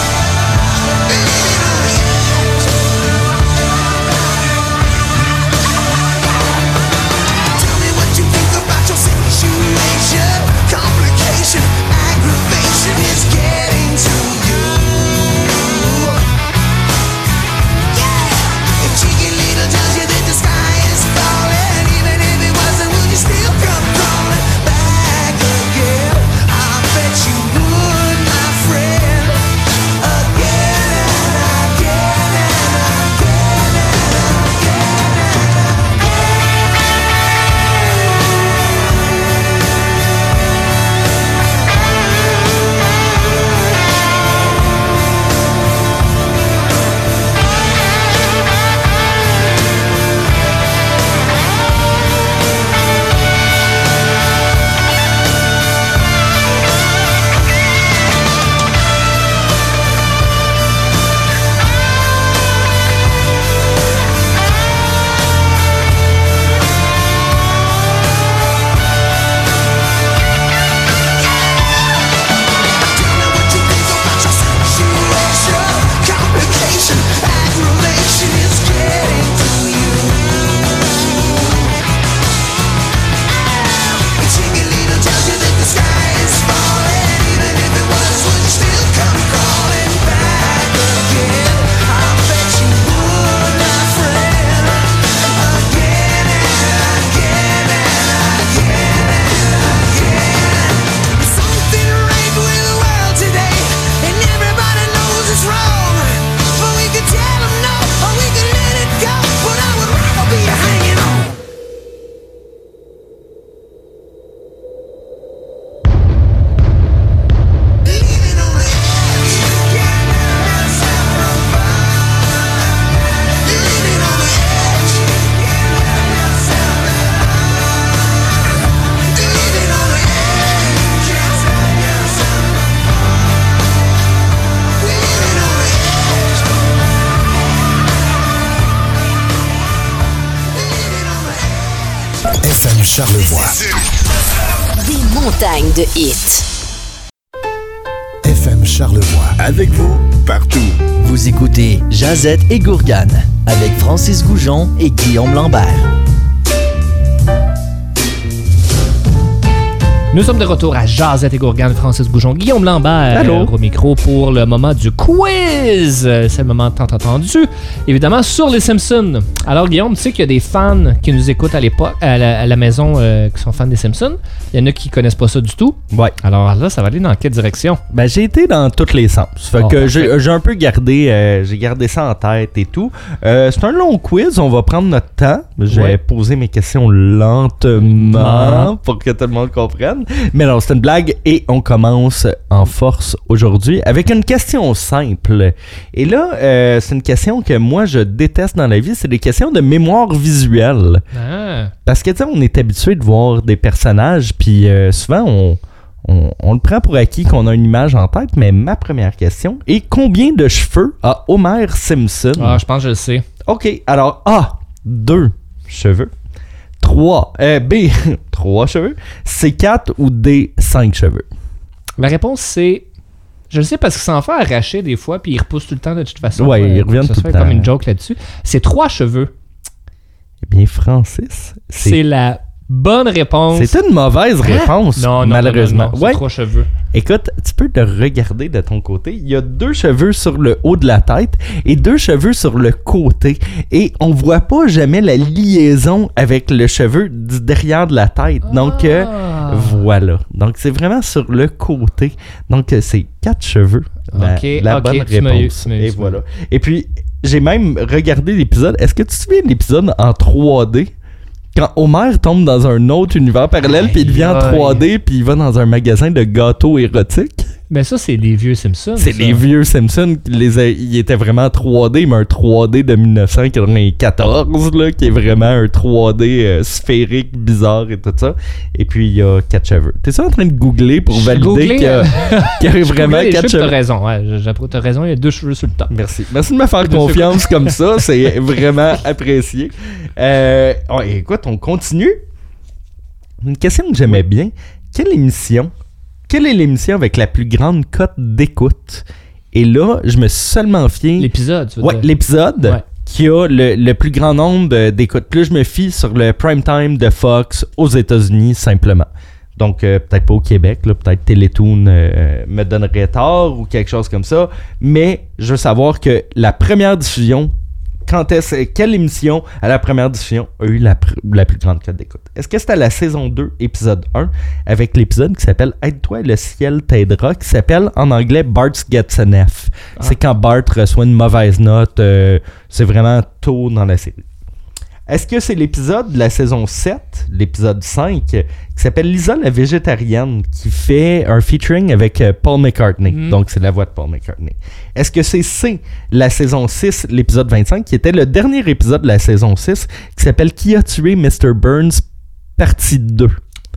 falling. Living on the edge. F M Charlevoix. Des montagnes de hits. F M Charlevoix. Avec vous, partout. Vous écoutez Jazette et Gourgane avec Francis Goujon et Guillaume Lambert. Nous sommes de retour à Jazette et Gourgane, Francis Goujon, Guillaume Lambert Allô? au micro pour le moment du quiz. C'est le moment tant attendu, évidemment, sur les Simpsons. Alors Guillaume, tu sais qu'il y a des fans qui nous écoutent à l'époque, à la, à la maison, euh, qui sont fans des Simpsons. Il y en a qui connaissent pas ça du tout. Ouais. Alors là, ça va aller dans quelle direction? Ben, j'ai été dans tous les sens. Fait Oh, que parfait. j'ai, j'ai un peu gardé, euh, j'ai gardé ça en tête et tout. Euh, c'est un long quiz, on va prendre notre temps. Je vais Ouais. poser mes questions lentement Ah. pour que tout le monde comprenne. Mais non, c'est une blague et on commence en force aujourd'hui avec une question simple. Et là, euh, c'est une question que moi je déteste dans la vie, c'est des questions de mémoire visuelle. Ah. Parce que tu sais, on est habitué de voir des personnages, puis euh, souvent on, on, on le prend pour acquis qu'on a une image en tête. Mais ma première question est combien de cheveux a Homer Simpson? Ah, je pense que je le sais. Ok, alors A, deux cheveux. trois, euh, B, trois cheveux. C, quatre ou D, cinq cheveux. La réponse, c'est... Je le sais parce qu'il s'en fait arracher des fois, puis il repousse tout le temps de toute façon. Ouais, ils euh, reviennent ça tout se le fait comme temps. une joke là-dessus. C'est trois cheveux. Eh bien, Francis, C'est c'est, la bonne réponse. c'est une mauvaise réponse, Non, non, malheureusement. non, non, non, Ouais. c'est trois cheveux. Écoute, tu peux te regarder de ton côté. Il y a deux cheveux sur le haut de la tête et deux cheveux sur le côté. Et on voit pas jamais la liaison avec le cheveu du derrière de la tête. Donc, euh, Ah. voilà. Donc, c'est vraiment sur le côté. Donc, euh, c'est quatre cheveux. La, Ok, la ok, bonne tu m'as eu, réponse. tu m'as eu, Et tu m'as voilà. Et puis, j'ai même regardé l'épisode. Est-ce que tu te souviens de l'épisode en trois D? Quand Homer tombe dans un autre univers parallèle, puis il devient en Aïe, trois D, puis il va dans un magasin de gâteaux érotiques. Mais ça, c'est les vieux Simpsons. C'est ça. les vieux Simpsons qui les a, ils étaient vraiment trois D, mais un trois D de dix-neuf cent quatre-vingt-quatorze, là, qui est vraiment un trois D euh, sphérique, bizarre et tout ça. Et puis, il y a quatre cheveux. T'es ça en train de googler pour Je valider googlais, qu'il y a, euh, qu'il y a Je vraiment googlais les quatre cheveux, cheveux? T'as raison, ouais, j'approuve, t'as raison, il y a deux cheveux sur le top. Merci. Merci de me faire De confiance comme ça. C'est vraiment apprécié. Euh, oh, écoute, on continue. Une question que j'aimais bien. Quelle émission, quelle est l'émission avec la plus grande cote d'écoute? Et là, je me suis seulement fié... L'épisode, tu veux Ouais, dire. l'épisode Ouais. qui a le, le plus grand nombre euh, d'écoutes. Là, je me fie sur le prime time de Fox aux États-Unis, simplement. Donc, euh, peut-être pas au Québec, là, peut-être Télétoon euh, me donnerait tort ou quelque chose comme ça. Mais je veux savoir que la première diffusion, quand est-ce, quelle émission à la première diffusion a eu la, pr- la plus grande cote d'écoute? Est-ce que c'était la saison deux, épisode un, avec l'épisode qui s'appelle « Aide-toi, le ciel t'aidera », qui s'appelle en anglais « Bart Gets an F ». Ah. C'est quand Bart reçoit une mauvaise note, euh, c'est vraiment tôt dans la série. Est-ce que c'est l'épisode de la saison sept, l'épisode cinq, qui s'appelle Lisa la végétarienne, qui fait un featuring avec euh, Paul McCartney. Mm. Donc, c'est la voix de Paul McCartney. Est-ce que c'est C, la saison six, l'épisode vingt-cinq, qui était le dernier épisode de la saison six, qui s'appelle Qui a tué mister Burns, partie deux?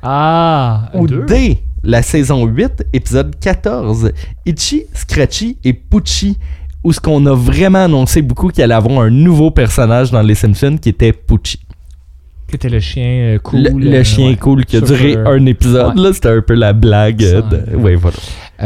Ah, Ou deux. D, la saison huit, épisode quatorze, Itchy, Scratchy et Poochie, où ce qu'on a vraiment annoncé beaucoup qu'il allait avoir un nouveau personnage dans Les Simpsons qui était Poochie. Qui était le chien euh, cool. Le, le euh, chien ouais. cool qui a Super. duré un épisode, Ouais. là, c'était un peu la blague. Ça, euh, de... ouais. Oui, voilà.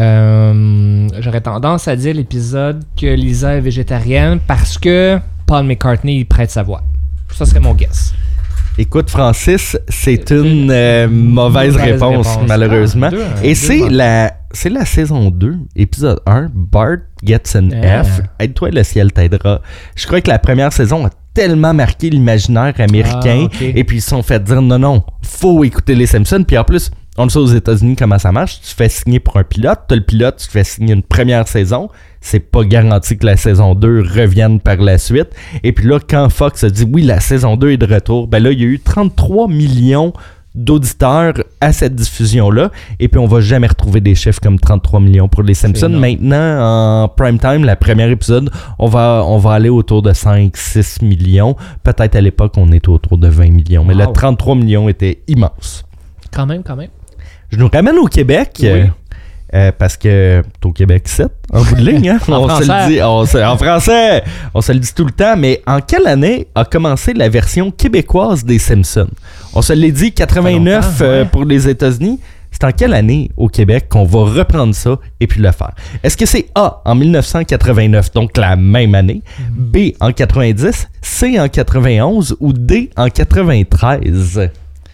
Euh, J'aurais tendance à dire l'épisode que Lisa est végétarienne parce que Paul McCartney il prête sa voix. Ça serait mon guess. Écoute, Francis, c'est Euh, une euh, mauvaise, mauvaise réponse, réponse. malheureusement. Ah, deux, un, Et deux, c'est bon. la, c'est la saison deux, épisode un, Bart Gets an Ah. F, Aide-toi, le ciel t'aidera. Je crois que la première saison a tellement marqué l'imaginaire américain, Ah, ok. et puis ils se sont fait dire non, non, faut écouter les Simpsons. Puis en plus, on le sait aux États-Unis comment ça marche. Tu te fais signer pour un pilote, t'as le pilote, tu te fais signer une première saison. C'est pas garanti que la saison deux revienne par la suite. Et puis là, quand Fox a dit oui, la saison deux est de retour, ben là, il y a eu trente-trois millions d'auditeurs à cette diffusion-là. Et puis, on va jamais retrouver des chiffres comme trente-trois millions pour les Simpsons. énorme. Maintenant, en prime time, la première épisode, on va, on va aller autour de cinq six millions. Peut-être à l'époque, on était autour de vingt millions. Mais Wow. le trente-trois millions était immense. Quand même, quand même. Je nous ramène au Québec. Oui. Euh, Euh, parce que t'es au Québec sept, en bout de ligne, hein? En on français. se le dit, on se- en français, on se le dit tout le temps, mais en quelle année a commencé la version québécoise des Simpsons? On se l'est dit, quatre-vingt-neuf Ça fait longtemps, euh, ouais. pour les États-Unis. C'est en quelle année au Québec qu'on va reprendre ça et puis le faire? Est-ce que c'est A en dix-neuf cent quatre-vingt-neuf, donc la même année, B en quatre-vingt-dix, C en quatre-vingt-onze ou D en quatre-vingt-treize?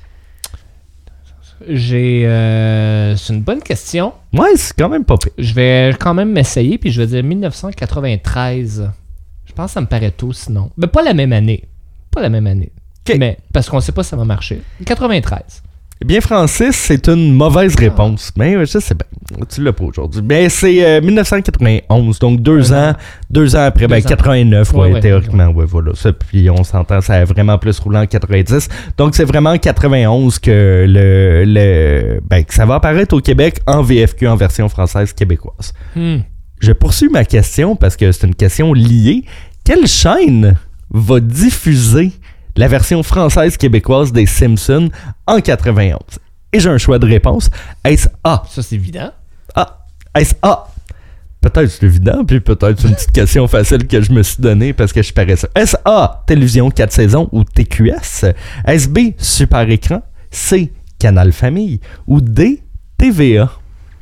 J'ai. euh, c'est une bonne question. Ouais, c'est quand même pas pire. Je vais quand même m'essayer, puis je vais dire dix-neuf cent quatre-vingt-treize. Je pense que ça me paraît tôt sinon. Mais pas la même année. Pas la même année. Ok. Mais parce qu'on sait pas si ça va marcher. quatre-vingt-treize. Eh bien, Francis, c'est une mauvaise réponse. Mais euh, je sais bien, tu l'as pas aujourd'hui. Mais c'est euh, dix-neuf cent quatre-vingt-onze, donc deux Un ans, an. deux ans après, ben Deux ans. quatre-vingt-neuf, ouais, Ouais, ouais, théoriquement, ouais, voilà. Ça, puis on s'entend, ça a vraiment plus roulé en quatre-vingt-dix. Donc c'est vraiment en quatre-vingt-onze que le, le ben, que ça va apparaître au Québec en V F Q, en version française québécoise. Hmm. Je poursuis ma question parce que c'est une question liée. Quelle chaîne va diffuser la version française québécoise des Simpsons en quatre-vingt-onze? Et j'ai un choix de réponse. Est-ce A? Ça, c'est évident. A. Est-ce A? Peut-être c'est évident, puis peut-être c'est une petite question facile que je me suis donnée parce que je parais ça. Est-ce A, Télévision quatre saisons ou T Q S? Est-ce B, Super Écran? C, Canal Famille? Ou D, T V A?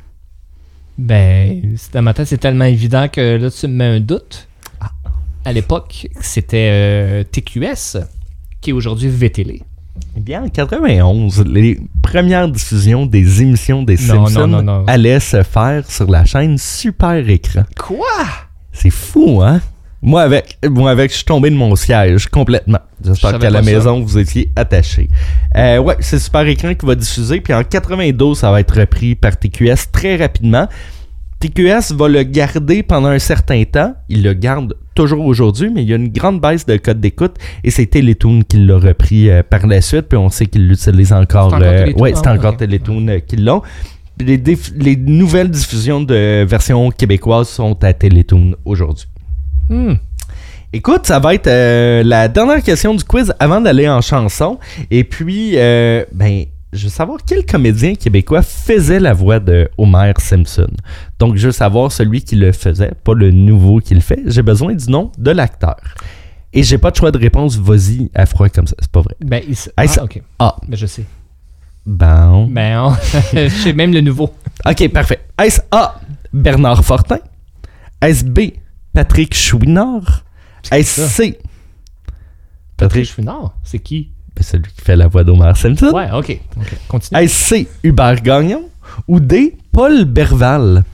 Ben, c'est- dans ma tête, c'est tellement évident que là, tu me mets un doute. À l'époque, c'était euh, T Q S, qui est aujourd'hui V T L. Eh bien, en quatre-vingt-onze, les premières diffusions des émissions des Non, Simpsons non, non, non. allaient se faire sur la chaîne Super Écran. Quoi? C'est fou, hein? Moi avec, moi avec, je suis tombé de mon siège complètement. Je J'espère savais qu'à la pas ça. maison, vous étiez attachés. Euh, ouais, c'est Super Écran qui va diffuser. Puis en quatre-vingt-douze, ça va être repris par T Q S très rapidement. T Q S va le garder pendant un certain temps. Il le garde toujours aujourd'hui, mais il y a une grande baisse de code d'écoute et c'est Télétoon qui l'a repris euh, par la suite. Puis on sait qu'il l'utilise encore. C'est encore euh, Télétoon, ouais, c'est ah, encore ok. Télétoon euh, qui l'ont. Les, déf- les nouvelles diffusions de version québécoise sont à Télétoon aujourd'hui. Hmm. Écoute, ça va être euh, la dernière question du quiz avant d'aller en chanson. Et puis, euh, ben, je veux savoir quel comédien québécois faisait la voix de Homer Simpson. Donc, je veux savoir celui qui le faisait, pas le nouveau qui le fait. J'ai besoin du nom de l'acteur. Et j'ai pas de choix de réponse, vas-y à froid comme ça, c'est pas vrai. Ben, il s- Hey, ah, ça- ok. Ah, Ben, je sais. bon. Ben, on- je sais même le nouveau. Ok, parfait. Est-ce A, Bernard Fortin? Est-ce B, Patrick Chouinard? Est-ce ça? C, Patrick Patrick, Chouinard, c'est qui? ben, celui qui fait la voix d'Homer Simpson? Ouais, ok. ok. Continue. Est-ce C, Hubert Gagnon? Ou D, Paul Berval?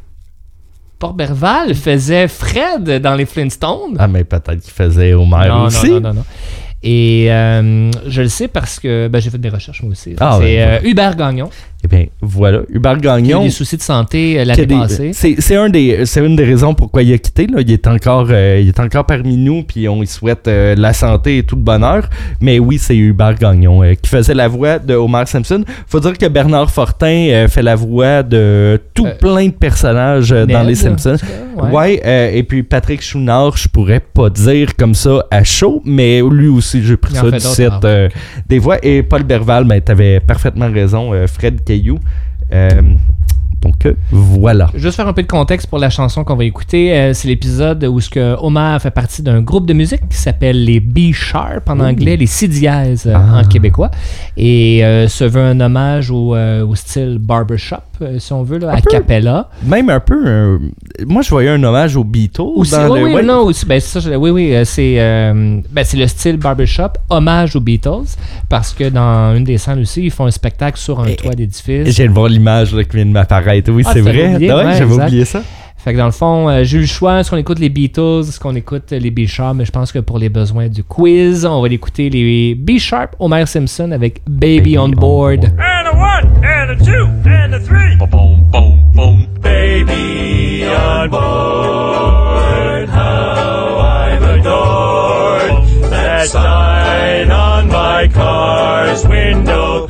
Port-Berval faisait Fred dans les Flintstones. Ah, mais peut-être qu'il faisait Homer non, aussi. non, non, non, non. Et euh, je le sais parce que ben, j'ai fait des recherches moi aussi. Ah, c'est ben, euh, voilà. Hubert Gagnon Eh bien, voilà. Hubert qui a eu Gagnon. des soucis de santé euh, qui a l'année des- passée. C'est, c'est, un des, c'est une des raisons pourquoi il a quitté. Là. Il, est encore, euh, il est encore parmi nous, puis on lui souhaite euh, la santé et tout le bonheur. Mais oui, c'est Hubert Gagnon euh, qui faisait la voix de Homer Simpson. Faut dire que Bernard Fortin euh, fait la voix de tout Euh, plein de personnages euh, dans Ned, les Simpsons. en tout cas, Ouais, ouais. euh, et puis Patrick Chouinard, je pourrais pas dire comme ça à chaud, mais lui aussi, j'ai pris Il en ça fait du d'autres, site ah, euh, des voix. Et Paul Berval, ben, t'avais parfaitement raison, euh, Fred Caillou. Euh, donc, euh, voilà. Juste faire un peu de contexte pour la chanson qu'on va écouter. Euh, c'est l'épisode où ce que Homer fait partie d'un groupe de musique qui s'appelle les B-Sharp en anglais, les C dièse euh, Ah. en québécois. Et euh, se veut un hommage au, euh, au style barbershop, euh, si on veut, là, a peu. cappella. Même un peu, euh, moi, je voyais un hommage aux Beatles. Aussi, dans oui, le, oui, ouais. non, aussi, ben, c'est ça, je- oui, oui, euh, c'est, euh, ben, c'est le style barbershop, hommage aux Beatles, parce que dans une des scènes aussi, ils font un spectacle sur un Et- toit d'édifice. Je viens de voir l'image là, qui vient de m'apparaître. Oui, Ah, c'est tu l'avais vrai. oublié? Ah ouais, Ouais, j'avais exact. oublié ça. Fait que dans le fond, euh, j'ai eu le choix, est-ce qu'on écoute les Beatles, est-ce qu'on écoute les B-Sharp, mais je pense que pour les besoins du quiz, on va écouter les B-Sharp, Homer Simpson avec Baby, on Board. And a one, and a two, and a three. Boom, boom, boom. Baby on board, how I'm adored. That sign on my car's window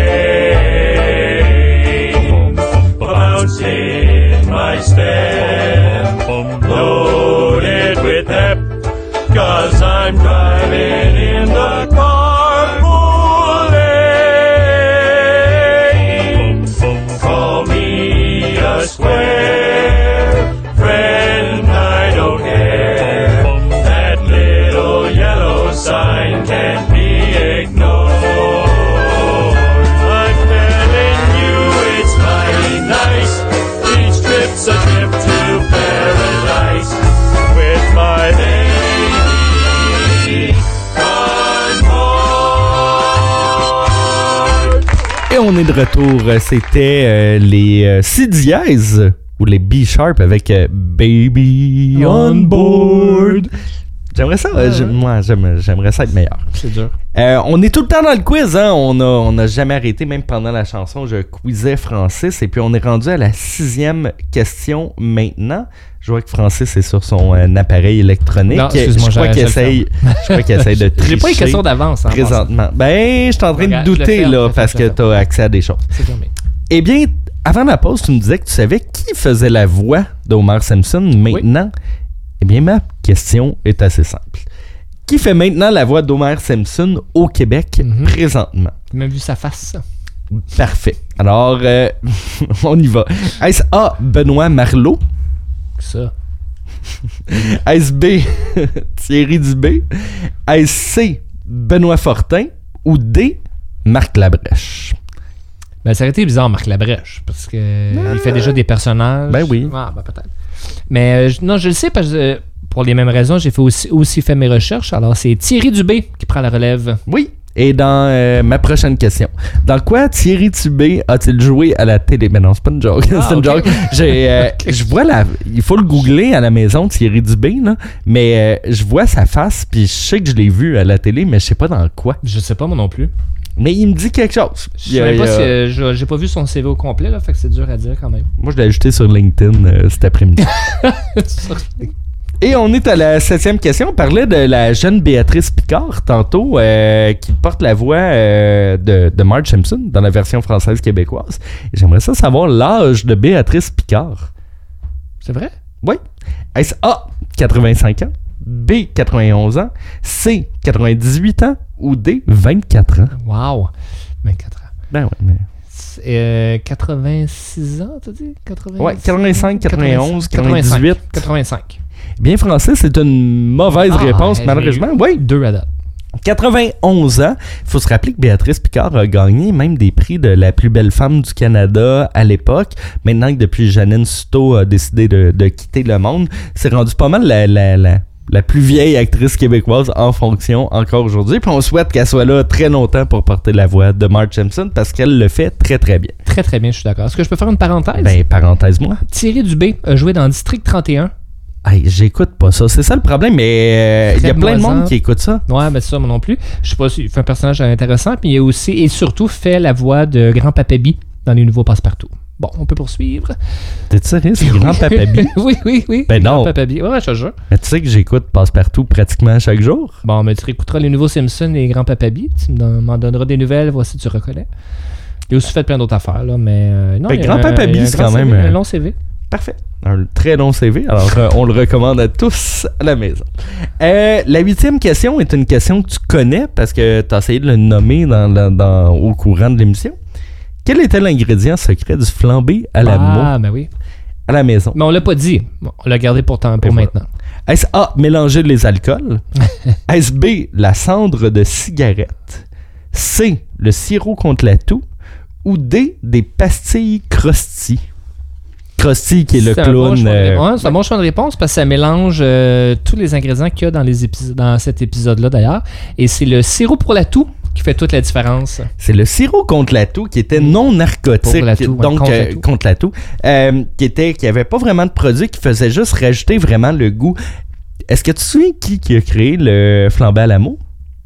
pane. Bouncing my step, loaded with pep. Cause I'm driving in the carpool lane. Call me a on est de retour. C'était euh, les euh, C dièse ou les B sharp avec euh, Baby on Board. J'aimerais ça, euh, j'aime- moi j'aime- j'aimerais ça être meilleur. C'est dur. Euh, on est tout le temps dans le quiz, hein? On a, on a jamais arrêté, même pendant la chanson, je quizais Francis et puis on est rendu à la sixième question maintenant. Je vois que Francis est sur son euh, appareil électronique. Non, excuse-moi, je crois j'ai- qu'il j'ai le essaye, je crois qu'il essaye de tricher. J'ai pas les questions d'avance. Hein, présentement. Ben, je suis en train Regarde, de je le douter ferme, là je le parce ferme, je que le tu as accès à des choses. C'est fermé. Eh bien, avant la pause, tu me disais que tu savais qui faisait la voix d'Homer Simpson maintenant. Eh bien, ma question est assez simple. Qui fait maintenant la voix d'Homer Simpson au Québec Mhm. présentement? J'ai même vu sa face. Parfait. Alors, euh, on y va. Est-ce A, Benoît Marleau? Ça. Est-ce B, Thierry Dubé? Est-ce C, Benoît Fortin? Ou D, Marc Labrèche? Ben, ça aurait été bizarre, Marc Labrèche, parce que il fait déjà des personnages. Ben oui. Ah, ben peut-être. Mais euh, je- non, je le sais parce que euh, pour les mêmes raisons, j'ai fait aussi, aussi fait mes recherches. Alors, c'est Thierry Dubé qui prend la relève. Oui. Et dans euh, ma prochaine question, dans quoi Thierry Dubé a-t-il joué à la télé? Mais non, c'est pas une joke. Ah, c'est une ok. joke. J'ai, euh, je vois la. Il faut le googler à la maison, Thierry Dubé, là. Mais euh, je vois sa face, puis je sais que je l'ai vu à la télé, mais je sais pas dans quoi. Je sais pas, moi non plus. Mais il me dit quelque chose. Je Il y a- sais même il y pas a- si euh, je- j'ai pas vu son C V au complet, là, fait que c'est dur à dire quand même. Moi, je l'ai ajouté sur LinkedIn euh, cet après-midi. Et on est à la septième question. On parlait de la jeune Béatrice Picard tantôt, euh, qui porte la voix euh, de, de Marge Simpson dans la version française québécoise. Et j'aimerais ça savoir l'âge de Béatrice Picard. C'est vrai? Oui. Est-ce A, quatre-vingt-cinq ans, B, quatre-vingt-onze ans, C, quatre-vingt-dix-huit ans ou D, vingt-quatre ans? Wow! vingt-quatre ans. Ben ouais, mais... C'est, euh, quatre-vingt-six ans, t'as dit? quatre-vingt-six Ouais, quatre-vingt-cinq, quatre-vingt-onze, quatre-vingt-dix-huit. quatre-vingt-cinq. Bien, Francis, c'est une mauvaise Ah, réponse, j'ai malheureusement. eu Oui. Deux à date. quatre-vingt-onze ans. Il faut se rappeler que Béatrice Picard a gagné même des prix de la plus belle femme du Canada à l'époque. Maintenant que depuis Janine Souto a décidé de, de quitter le monde, c'est rendu pas mal la, la, la, la plus vieille actrice québécoise en fonction encore aujourd'hui. Puis on souhaite qu'elle soit là très longtemps pour porter la voix de Marge Simpson parce qu'elle le fait très très bien. Très très bien, je suis d'accord. Est-ce que je peux faire une parenthèse? Ben, parenthèse-moi. Thierry Dubé a joué dans District trente et un. Hey, j'écoute pas ça. C'est ça le problème, mais euh, il y a Fred plein de Moisan. monde qui écoute ça. Ouais, ben c'est ça, moi non plus. Je sais pas si il fait un personnage intéressant, puis il a aussi et surtout fait la voix de Grand-Papa Bi dans Les Nouveaux Passe-Partout. Bon, on peut poursuivre. T'es sérieux? C'est Grand-Papa Bi? Oui, oui, oui. Ben non. Grand-Papa Bi. Ouais, je te jure. Mais tu sais que j'écoute Passe-Partout pratiquement chaque jour. Bon, mais tu réécouteras Les Nouveaux Simpsons et Grand-Papa Bi. Tu me don- m'en donneras des nouvelles, voici si tu reconnais. Il a aussi fait plein d'autres affaires, là, mais... euh, non, Ben, il y a Grand-Papa un- il y a Bi, un c'est grand quand C V, même, euh, un long C V. Parfait. Un très long C V, alors euh, on le recommande à tous à la maison. Euh, la huitième question est une question que tu connais parce que tu as essayé de le nommer dans, la- dans- au courant de l'émission. Quel était l'ingrédient secret du flambé à la Ah, mot ben oui. à la maison? Mais on l'a pas dit. Bon, on l'a gardé pour, temps- pour Et voilà. maintenant. Est-ce A, mélanger les alcools? Est-ce B, la cendre de cigarette? C, le sirop contre la toux? Ou D, des pastilles Krusty? Krusty qui est le C'est un bon clown. choix de euh, réponse. Ouais, c'est un bon choix de réponse parce que ça mélange euh, tous les ingrédients qu'il y a dans, les épis- dans cet épisode-là d'ailleurs. Et c'est le sirop pour la toux qui fait toute la différence. C'est le sirop contre la toux qui était non narcotique, Pour la toux, ouais, donc contre la euh, toux. contre la toux, euh, qui était, qui avait pas vraiment de produit, qui faisait juste rajouter vraiment le goût. Est-ce que tu te souviens qui, qui a créé le flambé à l'amour?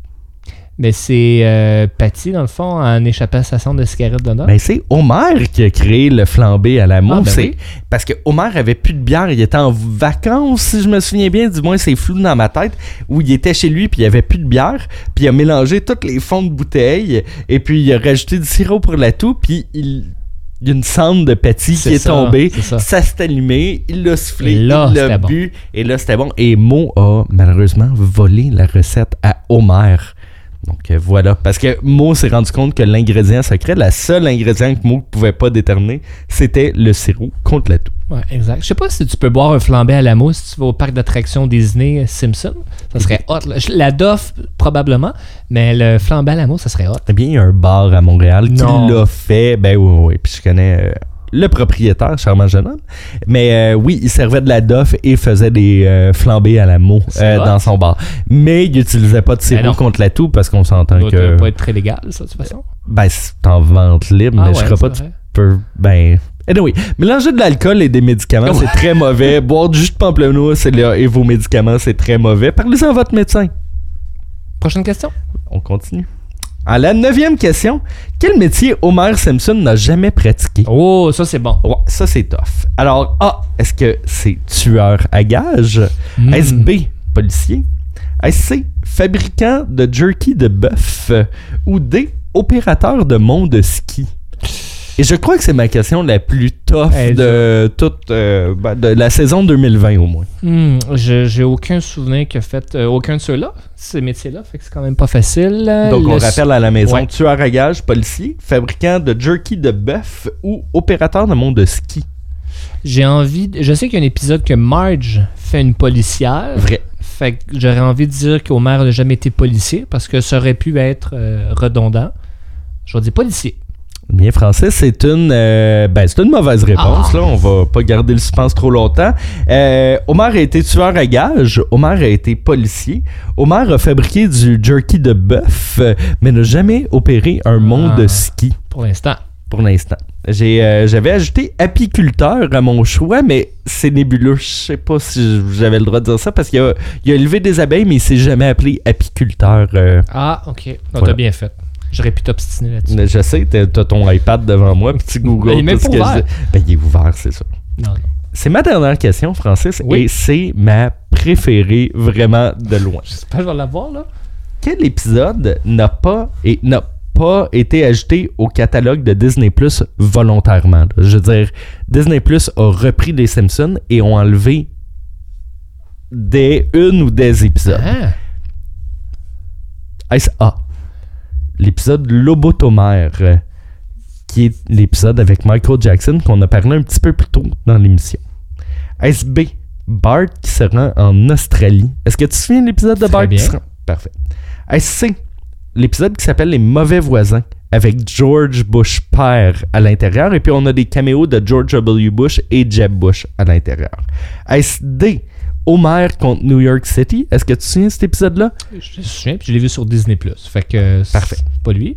Mais c'est euh, Patty, dans le fond, en échappant à sa cendre de cigarette d'honneur. Ben c'est Homer qui a créé le flambé à l'amour. Ah, ben c'est oui. parce que Homer avait plus de bière, il était en vacances, si je me souviens bien, du moins c'est flou dans ma tête, où il était chez lui puis il avait plus de bière, puis il a mélangé tous les fonds de bouteille et puis il a rajouté du sirop pour la toux, puis il il y a une cendre de Patty C'est qui est ça, tombée, c'est ça. ça s'est allumé, il l'a soufflé, Et là, il l'a c'était bon. bu, et là c'était bon. Et Mo a malheureusement volé la recette à Homer. Donc euh, voilà, parce que Mo s'est rendu compte que l'ingrédient secret, la seule ingrédient que Mo ne pouvait pas déterminer, c'était le sirop contre la toux. Ouais, exact. Je sais pas si tu peux boire un flambé à la mousse si tu vas au parc d'attractions Disney Simpson. Ça serait hot. là. La Doff, probablement, mais le flambé à la mousse, ça serait hot. Eh bien, il y a un bar à Montréal qui Non. l'a fait. Ben oui, oui, oui. Puis je connais, euh, le propriétaire, charmant jeune homme. Mais euh, oui, il servait de la doff et faisait des euh, flambées à la mots euh, dans son bar. Mais il n'utilisait pas de sirop contre la toux parce qu'on s'entend ça que... Ça doit pas être très légal, ça, de toute façon. Ben, c'est en vente libre, Ah mais ouais, je crois pas c'est que tu vrai. peux... Ben... Anyway, mélanger de l'alcool et des médicaments, Ouais. c'est très mauvais. Boire du jus de pamplemousse et, là, et vos médicaments, c'est très mauvais. Parlez-en à votre médecin. Prochaine question. On continue. À la neuvième question, quel métier Homer Simpson n'a jamais pratiqué? Oh, ça, c'est bon. Ouais, ça c'est tough. Alors A, est-ce que c'est tueur à gages? Mm. Est-ce B, policier? Est-ce C, fabricant de jerky de bœuf? Ou D, opérateur de mont de ski? Et je crois que c'est ma question la plus tough Elle de toute euh, ben, de la saison deux mille vingt au moins. Hmm, je- j'ai aucun souvenir qu'il a fait euh, aucun de ceux-là, ces métiers-là, fait que c'est quand même pas facile. Donc on Le- rappelle à la maison, Ouais. tueur à gages, policier, fabricant de jerky de bœuf ou opérateur de mont de ski. J'ai envie. de- Je sais qu'il y a un épisode que Marge fait une policière. Vrai. Fait que j'aurais envie de dire qu'Homer n'a jamais été policier parce que ça aurait pu être euh, redondant. Je vais dire policier. Bien, Francis, c'est une, euh, ben, c'est une mauvaise réponse. Ah. Là. On va pas garder le suspense trop longtemps. Euh, Homer a été tueur à gages. Homer a été policier. Homer a fabriqué du jerky de bœuf, euh, mais n'a jamais opéré un mont Ah. de ski Pour l'instant. pour l'instant. J'ai, euh, j'avais ajouté apiculteur à mon choix, mais c'est nébuleux. Je sais pas si j'avais le droit de dire ça parce qu'il a, il a élevé des abeilles, mais il s'est jamais appelé apiculteur. euh, Ah, ok. Non, Voilà. t'as bien fait. J'aurais pu t'obstiner là-dessus. Mais je sais, t'as t'as ton iPad devant moi, puis tu googles Il est même tout ce pas que je ouvert. dis. Ben, il est ouvert, c'est ça. Non, non. C'est ma dernière question, Francis, Oui. et c'est ma préférée vraiment de loin. J'espère que je vais l'avoir, là. Quel épisode n'a pas et n'a pas été ajouté au catalogue de Disney Plus volontairement? là? Je veux dire, Disney Plus a repris les Simpsons et ont enlevé des une ou des épisodes. Ah. Est-ce A? L'épisode Lobotomère, euh, qui est l'épisode avec Michael Jackson qu'on a parlé un petit peu plus tôt dans l'émission. Est-ce B? Bart qui se rend en Australie. Est-ce que tu te souviens de l'épisode de Très Bart bien. qui se rend? Parfait. Est-ce C? L'épisode qui s'appelle Les Mauvais Voisins avec George Bush père à l'intérieur et puis on a des caméos de George W. Bush et Jeb Bush à l'intérieur. Est-ce D? Homer contre New York City. Est-ce que tu te souviens de cet épisode-là? Je me souviens, puis je l'ai vu sur Disney plus. Fait que. c'est Parfait. pas lui.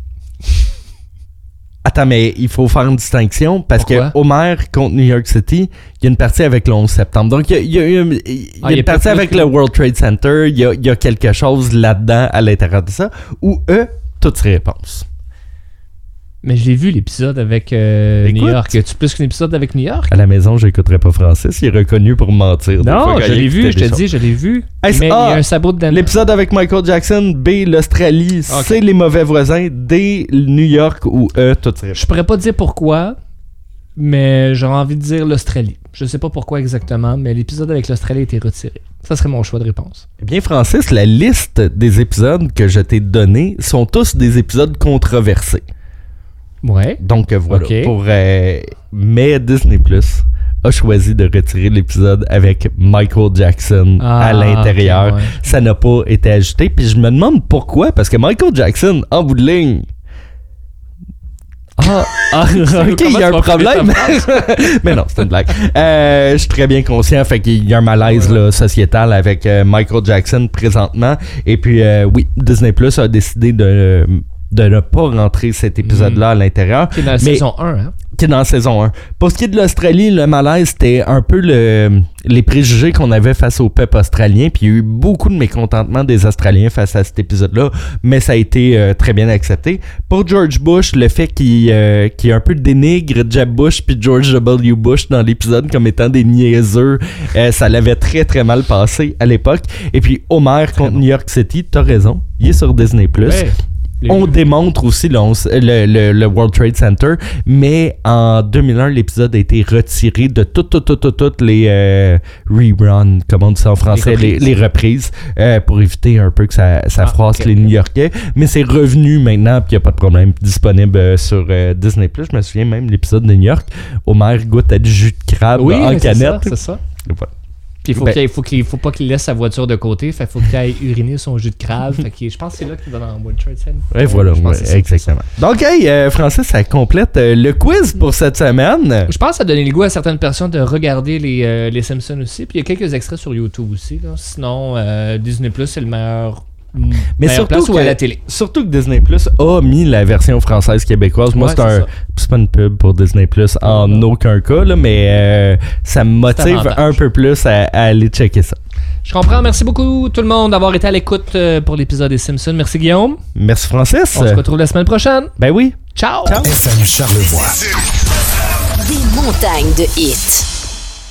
Attends, mais il faut faire une distinction parce Pourquoi? que Homer contre New York City, il y a une partie avec le onze septembre. Donc, il y a, il y a une, il y a Ah, il y une a pas partie plus avec que- le World Trade Center. Il y a, il y a quelque chose là-dedans à l'intérieur de ça. Ou eux, toutes ces réponses. Mais je l'ai vu l'épisode avec euh, New Écoute. York. As-tu plus qu'un épisode avec New York? À la maison, j'écouterai pas Francis. Il est reconnu pour mentir. des fois, Non, quand je il l'ai vu, écoutait je des te choses. dis, je l'ai vu. Est-ce Mais il y A, a un sabot dedans. l'épisode avec Michael Jackson, B, l'Australie, Ok. C, les mauvais voisins, D, New York ou E, toutes ces réponses. Je pourrais pas te dire pourquoi, mais j'aurais envie de dire l'Australie. Je sais pas pourquoi exactement, mais l'épisode avec l'Australie a été retiré. Ça serait mon choix de réponse. Eh bien, Francis, la liste des épisodes que je t'ai donnés sont tous des épisodes controversés. Ouais. Donc euh, voilà, Ok. pour euh, mais Disney Plus a choisi de retirer l'épisode avec Michael Jackson Ah, à l'intérieur. ok, ouais. Ça n'a pas été ajouté. Puis je me demande pourquoi, parce que Michael Jackson, en bout de ligne. Ah, ah, ok, il y a un Comment tu vas problème. Mais non, c'est une blague. Euh, je suis très bien conscient, fait qu'il y a un malaise Ouais. là, sociétal avec euh, Michael Jackson présentement. Et puis, euh, oui, Disney Plus a décidé de, de ne pas rentrer cet épisode-là à l'intérieur. Qui est dans la Mais- saison un, hein? Qui est dans la saison un. Pour ce qui est de l'Australie, le malaise, c'était un peu le, les préjugés qu'on avait face au peuple australien. Puis il y a eu beaucoup de mécontentement des Australiens face à cet épisode-là, mais ça a été euh, très bien accepté. Pour George Bush, le fait qu'il euh, qu'il un peu dénigre Jeb Bush puis George W. Bush dans l'épisode comme étant des niaiseux, euh, ça l'avait très très mal passé à l'époque. Et puis Homer contre bon. New York City, t'as raison, il est sur Disney Plus. Ouais. Les- On démontre aussi le, onze- le, le- le World Trade Center, mais en deux mille un, l'épisode a été retiré de toutes, toutes, toutes, toutes, toutes les euh, reruns, comme on dit ça en français, les reprises. reprises, les, reprises euh, pour éviter un peu que ça, ça Ah, froisse ok. les New-Yorkais. Mais c'est revenu maintenant, puis il n'y a pas de problème, disponible euh, sur euh, Disney plus. Je me souviens même l'épisode de New York, Homer goûte à du jus de crabe Oui, en mais c'est ça, canette. c'est ça. Voilà. Puis il faut, Ben- qu'il, faut, qu'il, faut pas qu'il laisse sa voiture de côté. Fait qu'il faut qu'il aille uriner son jus de crabe. Fait que je pense que c'est là qu'il va dans World Trade Center. Et voilà, Je pense ouais, que c'est ça, exactement. Donc, hey, euh, Francis, ça complète euh, le quiz pour cette semaine. Je pense que ça a donné le goût à certaines personnes de regarder les, euh, les Simpsons aussi. Puis il y a quelques extraits sur YouTube aussi. Là. Sinon, euh, Disney Plus, c'est le meilleur. Mais meilleure surtout place où que, à la télé. surtout que Disney Plus a mis la version française québécoise. Moi, Ouais, c'est c'est un. ça. C'est pas une pub pour Disney Plus en Non. aucun cas, là, mais euh, ça me motive avantage. un peu plus à, à aller checker ça. Je comprends. Merci beaucoup tout le monde d'avoir été à l'écoute euh, pour l'épisode des Simpsons. Merci Guillaume. Merci, Francis. On se retrouve la semaine prochaine. Ben oui. Ciao. Ciao. F M Charlevoix. Des montagnes de hits.